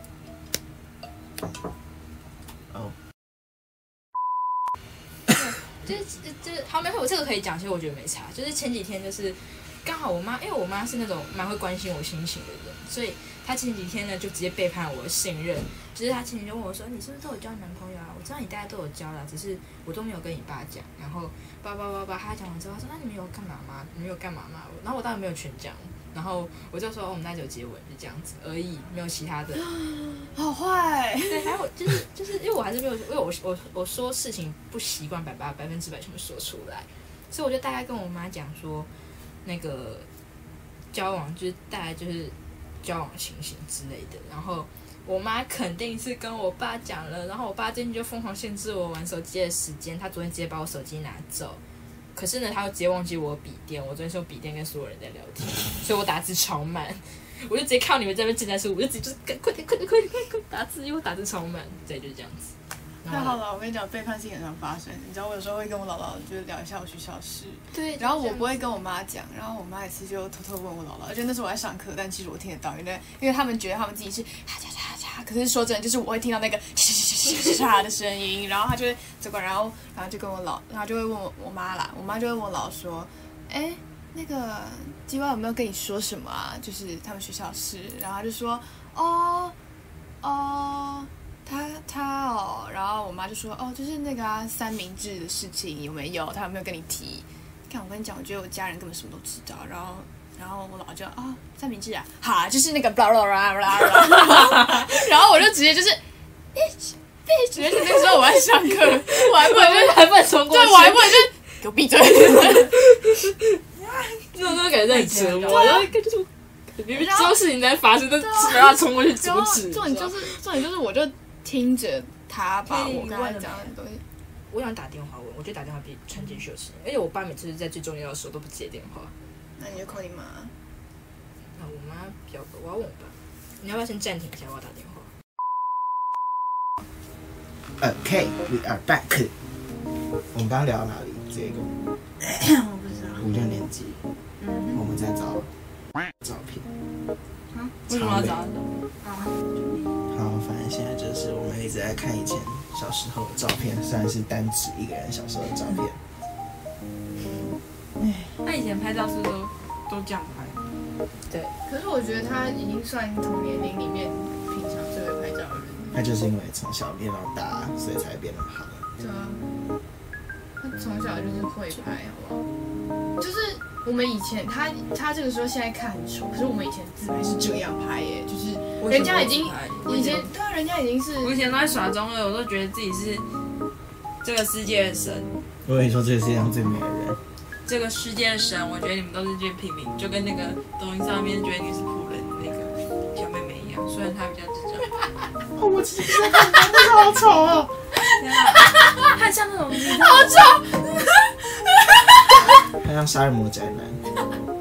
就是好，没事，我这个可以讲，其实我觉得没差。就是前几天就是刚好我妈，因为我妈是那种蛮会关心我心情的人，所以她前几天呢就直接背叛了我的信任。就是她前几天就问我说：“你是不是都有交男朋友啊？我知道你大家都有交啦，只是我都没有跟你爸讲。”然后叭，她讲完之后，她说：“那你们有干嘛吗？你们有干嘛吗？”然后我当然没有全讲，然后我就说：“我们那就接吻，就这样子而已，没有其他的。” 好坏。 对，还有就是因为我还是没有，因为我说事情不习惯100%全部说出来，所以我就大概跟我妈讲说，那个交往就是大概就是交往情形之类的，然后我妈肯定是跟我爸讲了，然后我爸最近就疯狂限制我玩手机的时间，他昨天直接把我手机拿走，可是呢他又直接忘记我笔电，我昨天是用笔电跟所有人在聊天，所以我打字超慢。我就直接看到你们在那边正在说，我就直接就是快点打字，因为我打字超慢，对，就是这样子。 太好了，我跟你讲，背叛性很常发生。你知道，我有时候会跟我姥姥就是聊一下我学校事， 对， 然后我不会跟我妈讲，然后我妈一次就偷偷问我姥姥，而且那时候我在上课，但其实我听得到，因为他们觉得他们自己是可是说真的，就是我会听到那个的声音，然后他就会走过来，然后就跟我姥，然后就会问我妈啦，我妈就会问我姥说，那个GY有没有跟你说什么啊？就是他们学校事，然后他就说他然然后我妈就说哦，就是那个三明治的事情有没有？她有没有跟你提？看我跟你讲，我觉得我家人根本什么都知道。然后我姥就三明治啊，好，就是那个 blah blah blah blah blah， 然后我就直接就是bitch， 而且那个时候我在上课，我还不能冲过去，对，我还不能就给我闭嘴。 这种感觉很折磨，然后就是明明知道事情在发生，但是没办法冲过去阻止。 重点就是，我就听着他把我刚才讲的东西。 我想打电话问，我觉得打电话比传简讯有时间，而且我爸每次在最重要的时候都不接电话。 那你就 call 你妈。 那我妈比较多，我要问我爸。你要不要先暂停一下？我要打电话。 Okay, we are back. 我们刚刚聊到哪里？这个我不知道。 5、6年级，我们在找照片。 为什么要找？ 好，反正现在就是我们一直在看以前小时候的照片，虽然是单指一个人小时候的照片。 他以前拍照是不是都这样拍？ 对。 可是我觉得他已经算同年龄里面平常最会拍照的人。 那就是因为从小练到大，所以才变那么好。 对啊，他从小就是会拍，好不好？就是我们以前他这个时候现在看很丑，可是我们以前自拍是这样拍耶，就是人家已经以前对啊，人家已经是我以前都在耍中二，我都觉得自己是这个世界的神。 我跟你说，这个世界上最美的人。 这个世界的神，我觉得你们都是这些平民，就跟那个抖音上面觉得你是仆人的那个小妹妹一样，虽然她比较智障。 我其实看那个好丑哦。 他像那种好丑， 他像杀人魔宅男。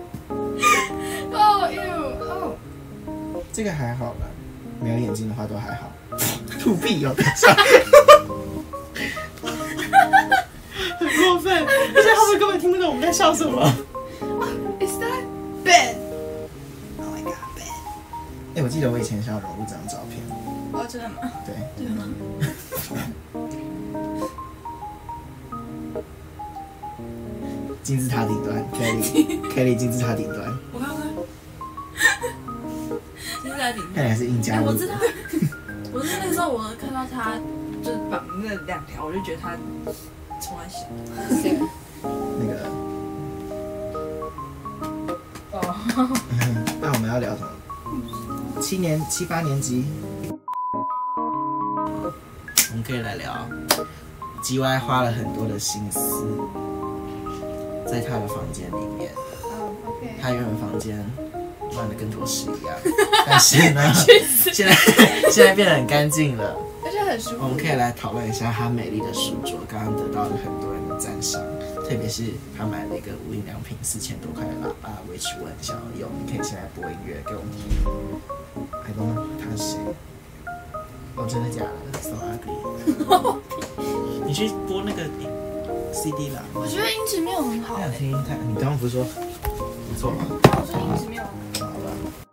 哦哟哦， 这个还好啦，没有眼睛的话都还好。吐屁哦，很过分，而且他们根本听不懂我们在笑什么。 Is that Ben? Oh my god, Ben！ 我记得我以前想要融入这张照片。 哦，真的吗？ 对。 真的吗？ 金字塔顶端 ，Kelly 金字塔顶端。 我看看，金字塔顶端。 看来是硬加入。 我知道，我是那个时候我看到他就是绑那2条，我就觉得他从来小。 那个。 哦。 那我们要聊什么？7、8年级，我们可以来聊。GY 花了很多的心思在他的房间里面。 OK。 他原本房间乱的跟坨屎一样，但是呢，现在变得很干净了， 而且很舒服。 我们可以来讨论一下他美丽的书桌，刚刚得到了很多人的赞赏，特别是他买了一个无印良品4000多块的喇叭，which 我很想要用。你可以现在播音乐给我们听。I don't know 他是谁？哦，真的假的 ？So ugly。你去播那个 CD 啦。 我觉得音质没有很好。 我想听听看，你刚刚不是说不错吗？ 我说音质没有很好。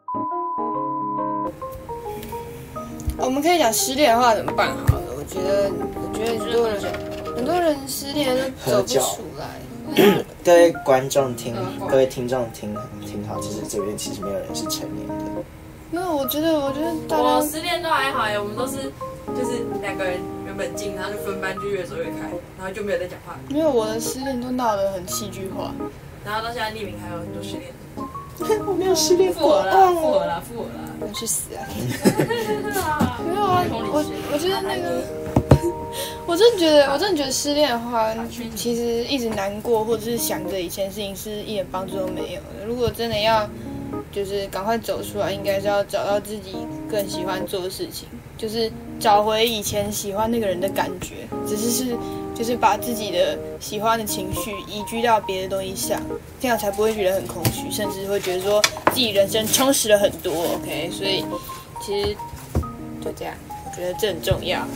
我们可以讲失恋的话怎么办好了。我觉得很多人失恋都走不出来。 各位观众各位听众听好，其实这边其实没有人是成年的。 没有，我觉得大家我失恋都还好耶，我们都是就是2个人原本近，然后就分班就越走越开，然后就没有再讲话。 没有，我的失恋都闹得很戏剧化， 然后到现在匿名还有很多失恋。 我没有失恋过。 复合啦！ 我去死啊！没有啊，我觉得那个，我真的觉得失恋的话，其实一直难过或者是想着以前事情是一点帮助都没有的。如果真的要就是赶快走出来，应该是要找到自己更喜欢做的事情，就是找回以前喜欢那个人的感觉，就是把自己的喜欢的情绪移居到别的东西上，这样才不会觉得很空虚，甚至会觉得说自己人生充实了很多。OK， 所以其实就这样，我觉得这很重要。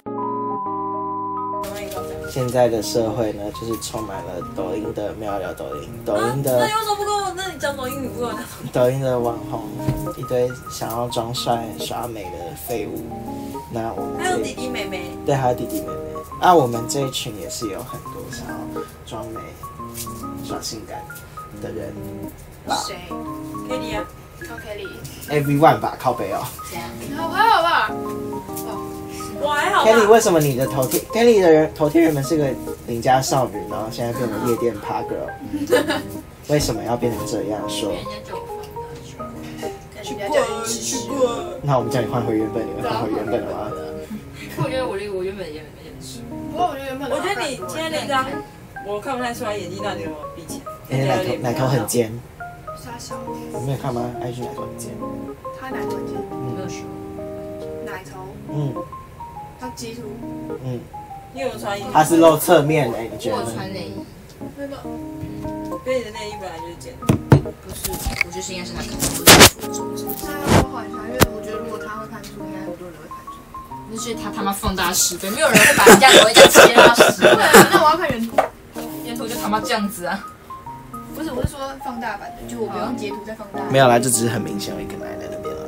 现在的社会呢，就是充满了抖音的，没有聊抖音，抖音的。 那你为什么不跟我？那你讲抖音，你不跟我讲抖音的网红，一堆想要装帅耍美的废物。那我们还有弟弟妹妹。 对，还有弟弟妹妹。啊，我们这一群也是有很多想要装美、耍性感的人吧？ 谁 ？Kelly 啊 ？Everyone 吧，靠北哦。 这样。 好还好吧？ 我还好吧。 Kelly 为什么你的Kelly 的头贴原本是个邻家少女，然后现在变成夜店趴 girl？为什么要变成这样说？ 人家就有放大那我们叫你换回原本，你会换回原本的吗？ 我觉得我原本也没认识。 不过我觉得原本我觉得你今天那张，我看不太出来眼睛到底有没有闭起来。 奶头很尖， 傻小， 你没有看吗？IG 奶头很尖， 他奶头尖， 没有说。 奶头，他鸡突， 你有没有穿衣服？ 它是露侧面你觉我得？ 穿内衣， 真的。 所以你的内衣本来就是剪的。 不是，我觉得是应该是他看到我的服装。 那要换一下，因为我觉得如果他会看出，应该很多人会看出。 那是他妈放大10倍，没有人会把人家头一这样切到10倍。 那我要看原图， 原图就他妈这样子啊！ 不是，我是说放大版的，就我不用截图再放大。 没有啦，就只是很明显有一个奶在那边了。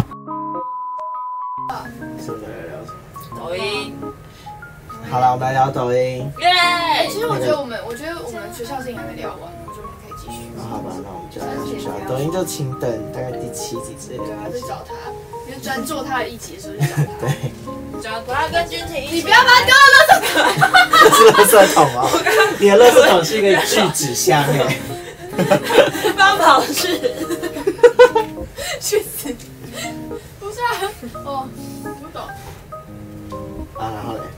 是不是在聊什么？ 抖音。 好了，我们来聊抖音。 耶！ 其实我觉得我们学校事情还没聊完，我觉得我们可以继续。 好吧，那我们就来聊学校。抖音就请等大概第7集之类的。 对啊，就找他，因为专做他的一集的时候就找他。 对， 找他跟君婷一起。 你不要把它丢到垃圾桶。 是垃圾桶哦。你的垃圾桶是一个聚酯箱哎。 帮跑去。 去死！不是啊，不懂。 啊，然后嘞？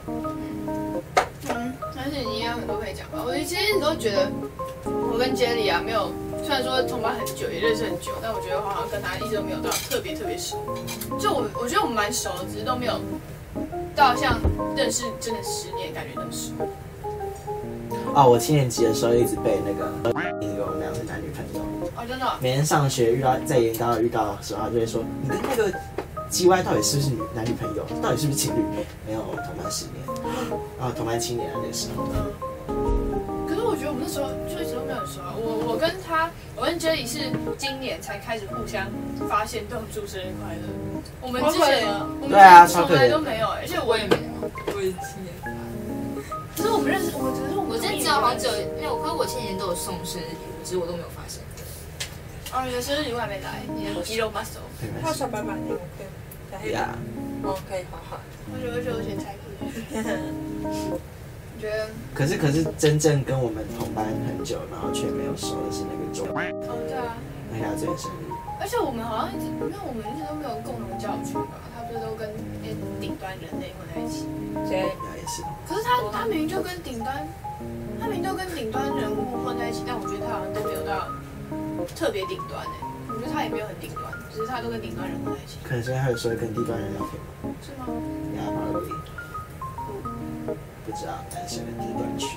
而且你也有很多可以讲吧。我其实一直都觉得，我跟 Jelly 啊，没有，虽然说同班很久，也认识很久，但我觉得我好像跟他一直都没有到特别熟。就我觉得我们蛮熟的，只是都没有到像认识真的10年感觉那么熟。 哦，我7年级的时候一直被那个以为我们俩是男女朋友。 哦，真的。 每天上学在演讲遇到的时候，他就会说：“你跟那个 GY 到底是不是男女朋友？到底是不是情侣？”没有，同班10年，然后同班7年那个时候。 可是我觉得我们那时候就一直都没有很熟啊。我跟 Jelly 是今年才开始互相发现都祝生日快乐。我们之前对啊，超可怜从来都没有而且我也没有。 我也7年。 可是我们认识，我真的知道好久，没有，可是我前年都有送生日礼物，只是我都没有发现。 哦，你的生日礼物还没来，你的肌肉 muscle。 还有小白板那个可以。 呀。 哦，可以，好好。 我觉得有钱才可以。你觉得？ 可是真正跟我们同班很久，然后却没有熟的是那个周。 哦，对啊。 那他最近生日。 而且我们好像一直，因为我们一直都没有共同交友群吧，他不是都跟顶端人类混在一起。 谁？ 也是。 可是他明明就跟顶端人物混在一起，但我觉得他好像都没有到特别顶端我觉得他也没有很顶端，只是他都跟顶端人混在一起。 可能是因为他有时候跟低端人聊天吧。 是吗？ 呀，probably。不知道男生的低端群。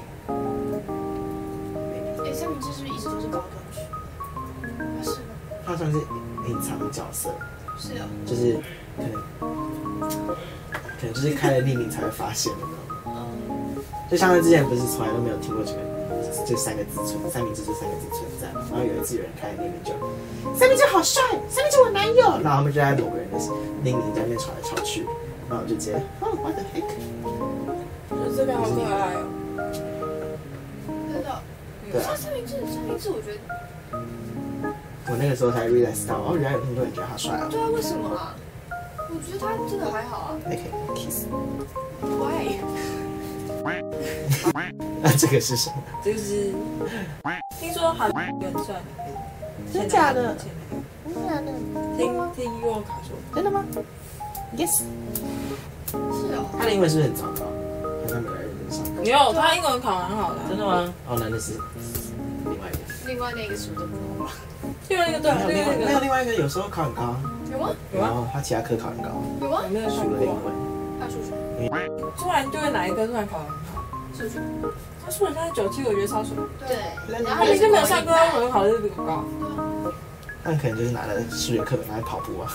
三明治是不是一直都是高端群？是吗？ 他算是隐藏角色。 是啊。 就是可能就是开了匿名才会发现的那种。就像他之前不是从来都没有听过这3个字三明治这3个字存在嘛，然后有一次有人开匿名就三明治好帅，三明治我男友，然后他们就在某个人的匿名在那边吵来吵去，然后我就直接what the heck， 我觉得这个好可爱哦。 真的。 对啊。 三明治我觉得。 我那个时候才 realize 到，原来有那么多人觉得他帅啊。 对啊，为什么啊？我觉得他这个还好啊。 那可以 kiss。 Why？ 那这个是什么？ 这个是听说韩国很帅， 真假的？ 真的？听若卡说。 真的吗 ？Yes。 是哦。 他的英文是不是很糟糕？好像没有认真上课。 没有，他英文考蛮好的。 真的吗？哦，那是另外那个数的不好吧？ 另外那个对， 没有另外一个有时候考很高。 有吗？ 然后他其他科考很高。 有吗？ 没有除了英文。 他数学。 突然就会哪一科突然考得很好？ 数学。 他数学现在97，我觉得超爽。 对。 然后每次没有上课，为什么考得比我高？ 那可能就是拿了数学课本拿来跑步啊。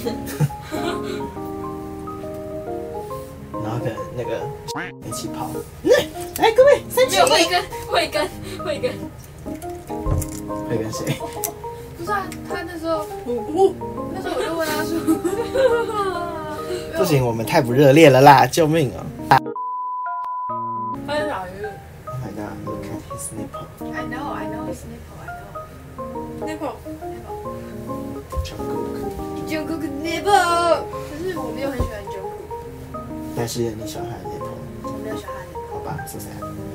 然后可能那个一起跑。来各位，3 没有会跟谁？ 不是啊，他那时候我就问他说， 不行，我们太不热烈了啦，救命啊！ 他是哪一个 Oh my god, look at his nipple. I know his nipple. nipple？ Jungkook never，可是我没有很喜欢 Jungkook。 但是你喜欢他的脸头？ 我没有喜欢他的脸头。 好吧，so sad。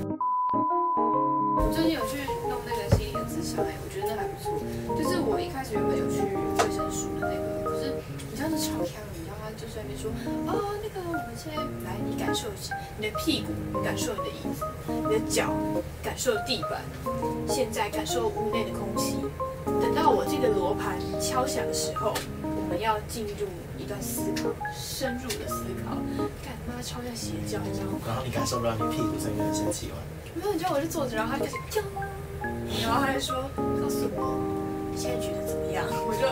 我最近有去弄那个心理的咨商，我觉得那还不错。就是我一开始原本有去卫生署的那个，可是你知道那超强，你知道他就在那边说，哦，那个我们现在来，你感受一下你的屁股，感受你的椅子，你的脚，感受地板，现在感受屋内的空气。等到我这个罗盘敲响的时候，我们要进入一段思考，深入的思考。干妈超像邪教，你知道吗？ 然后你感受不到你屁股上面的生气吗？ 没有，你知道我就坐着，然后他就开始叫，然后他就说告诉我你现在觉得怎么样？我就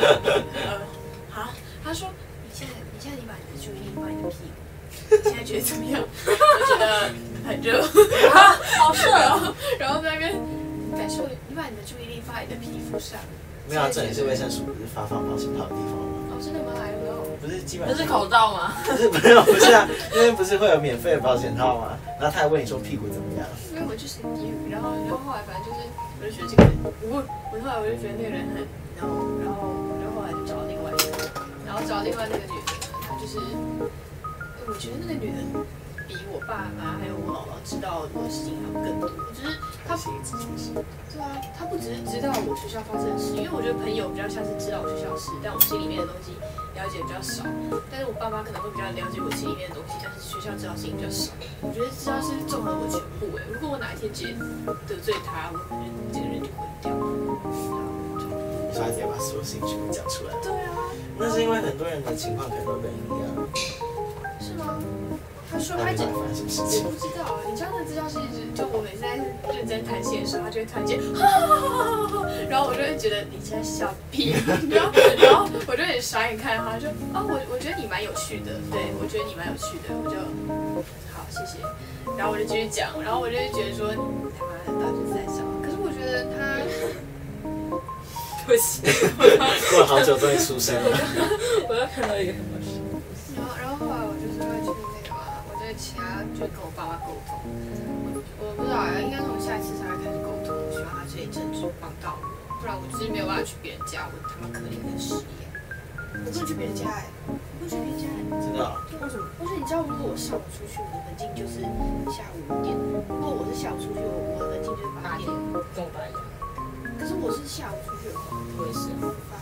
他说你现在你把你的注意力放在你的屁股，你现在觉得怎么样？我觉得很热， 好热哦。 然后在那边感受，你把你的注意力放在你的皮肤上。 没有啊，这里是卫生署，不是发放保险套的地方吗？ 哦，真的吗？I don't know。 不是基本上。 这是口罩吗？ 不是啊，因为不是会有免费的保险套吗？然后他还问你说屁股怎么样？ 因为我就是然后后来反正就是，我就觉得这个人，我后来我就觉得那个人很，然后我就后来就找另外一个，然后找另外那个女的，她就是，我觉得那个女的比我爸妈还有我姥姥知道我的事情还要更多，就是她，对啊，她不只是知道我学校发生的事，因为我觉得朋友比较像是知道我学校的事，但我心里面的东西了解比较少，但是我爸妈可能会比较了解我心里面的东西，但是学校知道事情比较少。我觉得知道是综合我全部哎，如果我哪一天直接得罪他，我可能这个人就毁掉了。 所以他直接把所有事情全部讲出来。 对啊， 那是因为很多人的情况可能都跟你一样。 是吗？他说他讲，我不知道，你知道那资料是就我每次在认真谈心的时候，他就会突然间，然后我就会觉得你在笑屁，然后我就很傻眼看他，就我觉得你蛮有趣的，对我觉得你蛮有趣的，我就好谢谢，然后我就继续讲，然后我就会觉得说你他妈的到底是在笑，可是我觉得他， 对不起， 过了好久终于出声了。 我又看到一个很好笑。 然后后来我就是会去那个嘛，我在其他就跟我爸妈沟通，我不知道啊，应该从下一次才会开始沟通，希望他这一阵子帮到我，不然我就是没有办法去别人家，我他妈可怜的失业，我不能去别人家哎，我不能去别人家哎， 真的？ 为什么？而且你知道，如果我上午出去，我的门禁就是下午5点；如果我是下午出去，我的门禁就是8点。 跟我爸一样。 可是我是下午出去的话， 我也是。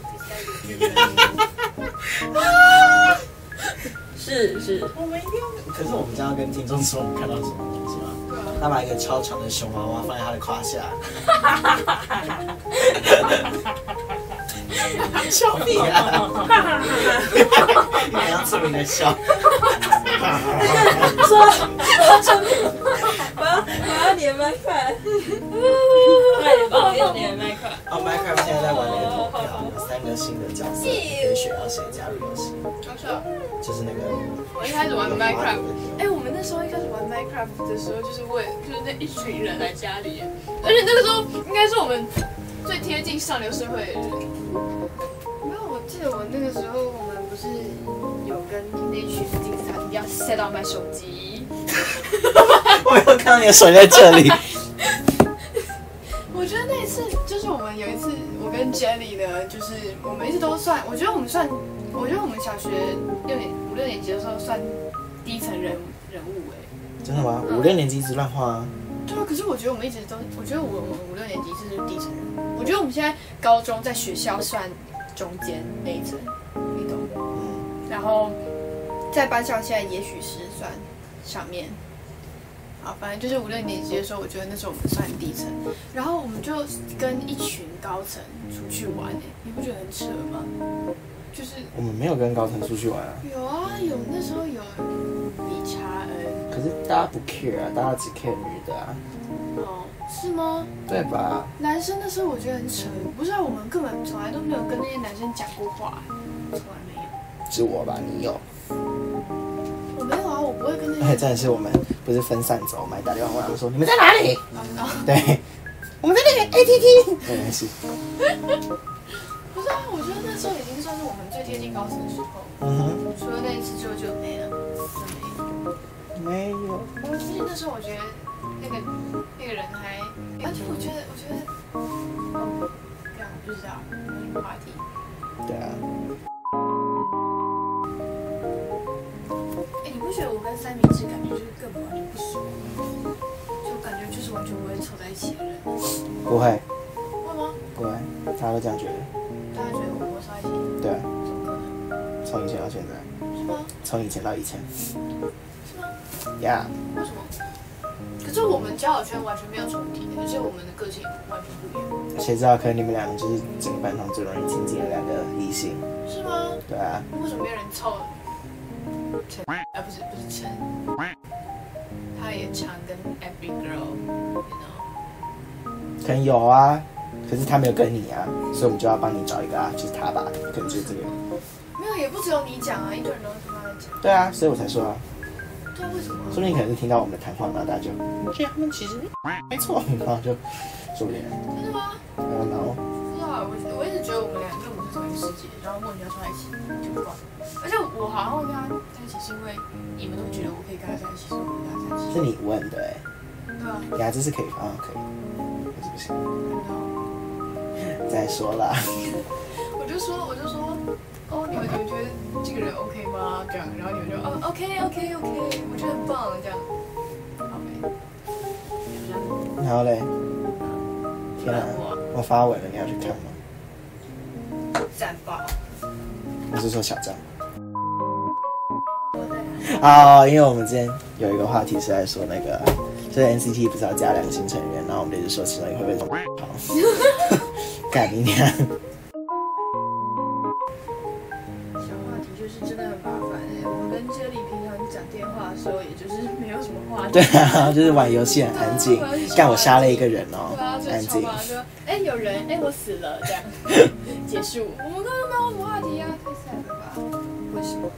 是， 我们一定要。可是我们将要跟听众说我们看到什么东西吗？他把一个超长的熊娃娃放在他的胯下。笑屁啊！你要出名的笑。 说，我要连麦快，快点帮我用你的麦快。 哦 ，Minecraft 现在在玩那个投票，有3个新的角色，可以选要谁加入游戏。就是那个。 我一开始玩 Minecraft， 我们那时候一开始玩 Minecraft 的时候，就是那一群人来家里，而且那个时候应该是我们最贴近上流社会的人。没有，我记得我那个时候我们不是有跟那群竞赛，一定要 set up 买手机。 我有看到你的手在这里。 我觉得那一次就是我们有一次，我跟 Jelly 呢，就是我们一直都算，我觉得我们小学5、6年级的时候算低层人物哎。 真的吗？5、6年级一直乱画啊。 对啊，可是我觉得我们一直都，我觉得我5、6年级是低层人物，我觉得我们现在高中在学校算中间那一层，你懂？然后在班上现在也许是算上面。好，反正就是5、6年级的时候，我觉得那时候我们算低层，然后我们就跟一群高层出去玩你不觉得很扯吗？就是我们没有跟高层出去玩啊。 有啊，有那时候有李查恩。 可是大家不 care 啊，大家只 care 女的啊。 哦，是吗？ 对吧？ 男生那时候我觉得很扯，不是啊，我们根本从来都没有跟那些男生讲过话，从来没有。 是我吧？你有？ 我没有啊，我不会跟那些。 真的是我们不是分散走，我们还打电话问他们说你们在哪里？对，我们在那个 ATT。没关系。 不是啊，我觉得那时候已经算是我们最贴近高层的时候。除了那一次之后就没了，就没有。而且那时候我觉得那个人还，而且我觉得，不知道有什么话题。 对啊。 你不觉得我跟三明治感觉就是根本完全不熟吗？就感觉就是完全不会凑在一起的人。 不会。 会吗？ 不会，大家都这样觉得。 大家觉得我们凑在一起？ 对啊。 怎么可能？ 从以前到现在。 是吗？ 从以前到以前。 是吗？ 呀。 为什么？可是我们交友圈完全没有重叠，而且我们的个性完全不一样。 谁知道？可能你们两个就是整个班上最容易亲近的两个异性。 是吗？ 对啊。 为什么没有人凑陈？不是陈，他也常跟 every girl，you know。 可能有啊，可是他没有跟你啊，所以我们就要帮你找一个啊，就是他吧，可能就是这个。 没有，也不只有你讲啊，一堆人都他妈在讲。 对啊，所以我才说啊。 对啊，为什么？ 说不定可能是听到我们的谈话，然后大家就，这他们其实没错，然后就说不定。 真的吗？ 然后。 不知道，我一直觉得我们俩根本不是同一个世界，然后莫名其妙凑在一起就不管。而且我好像会跟他在一起，是因为你们都觉得我可以跟他在一起，所以我跟他在一起。 是你问的哎。 对啊。 呀，这是可以啊，可以。可是不行。再说啦。 我就说，哦，你们觉得这个人 OK 吗？这样，然后你们就OK，我觉得很棒，这样。好没。 然后嘞，天啊，我发文了，你要去看吗？ 赞爆！ 我是说小张。啊，因为我们之前有一个话题是在说那个，就是 NCT 不是要加2个新成员，然后我们就是说其中一个会被好，干你娘！ 小话题就是真的很麻烦我跟杰里平常讲电话的时候，也就是没有什么话题。 对啊，就是玩游戏很安静，干我杀了一个人哦， 安静。有人，我死了，这样结束。我们刚刚没有什么话题啊，太 sad 了吧？为什么？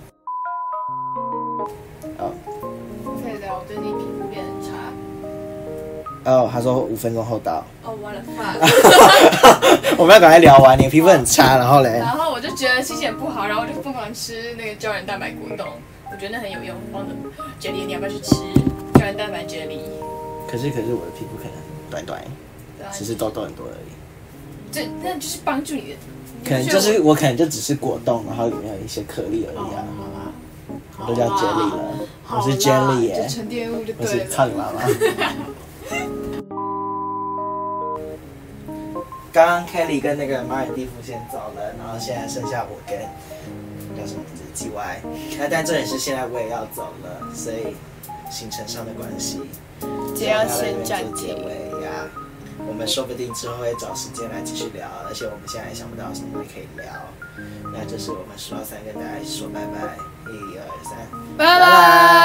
可以聊，我最近皮肤变很差。 他说5分钟后到。 我的fuck！ 我们要赶快聊完，你皮肤很差，然后嘞。 然后我就觉得心情不好，然后我就疯狂吃那个胶原蛋白果冻，我觉得那很有用。杰里，你要不要去吃胶原蛋白杰里？ 可是我的皮肤可能短短，只是痘痘很多而已。 那就是帮助你的。 可能就是我可能就只是果冻，然后里面有一些颗粒而已啊。我都叫 jelly 了，我是 jelly 耶， 沉淀物就对了。 我是操你妈妈！刚刚 Kelly 跟那个马尔蒂夫先走了，然后现在剩下我跟叫什么名字 GY。但这也是现在我也要走了，所以行程上的关系， 这要先暂结尾呀。我们说不定之后会找时间来继续聊，而且我们现在也想不到什么东西可以聊。那就是我们数到3跟大家一起说拜拜，1、2、3， 拜拜。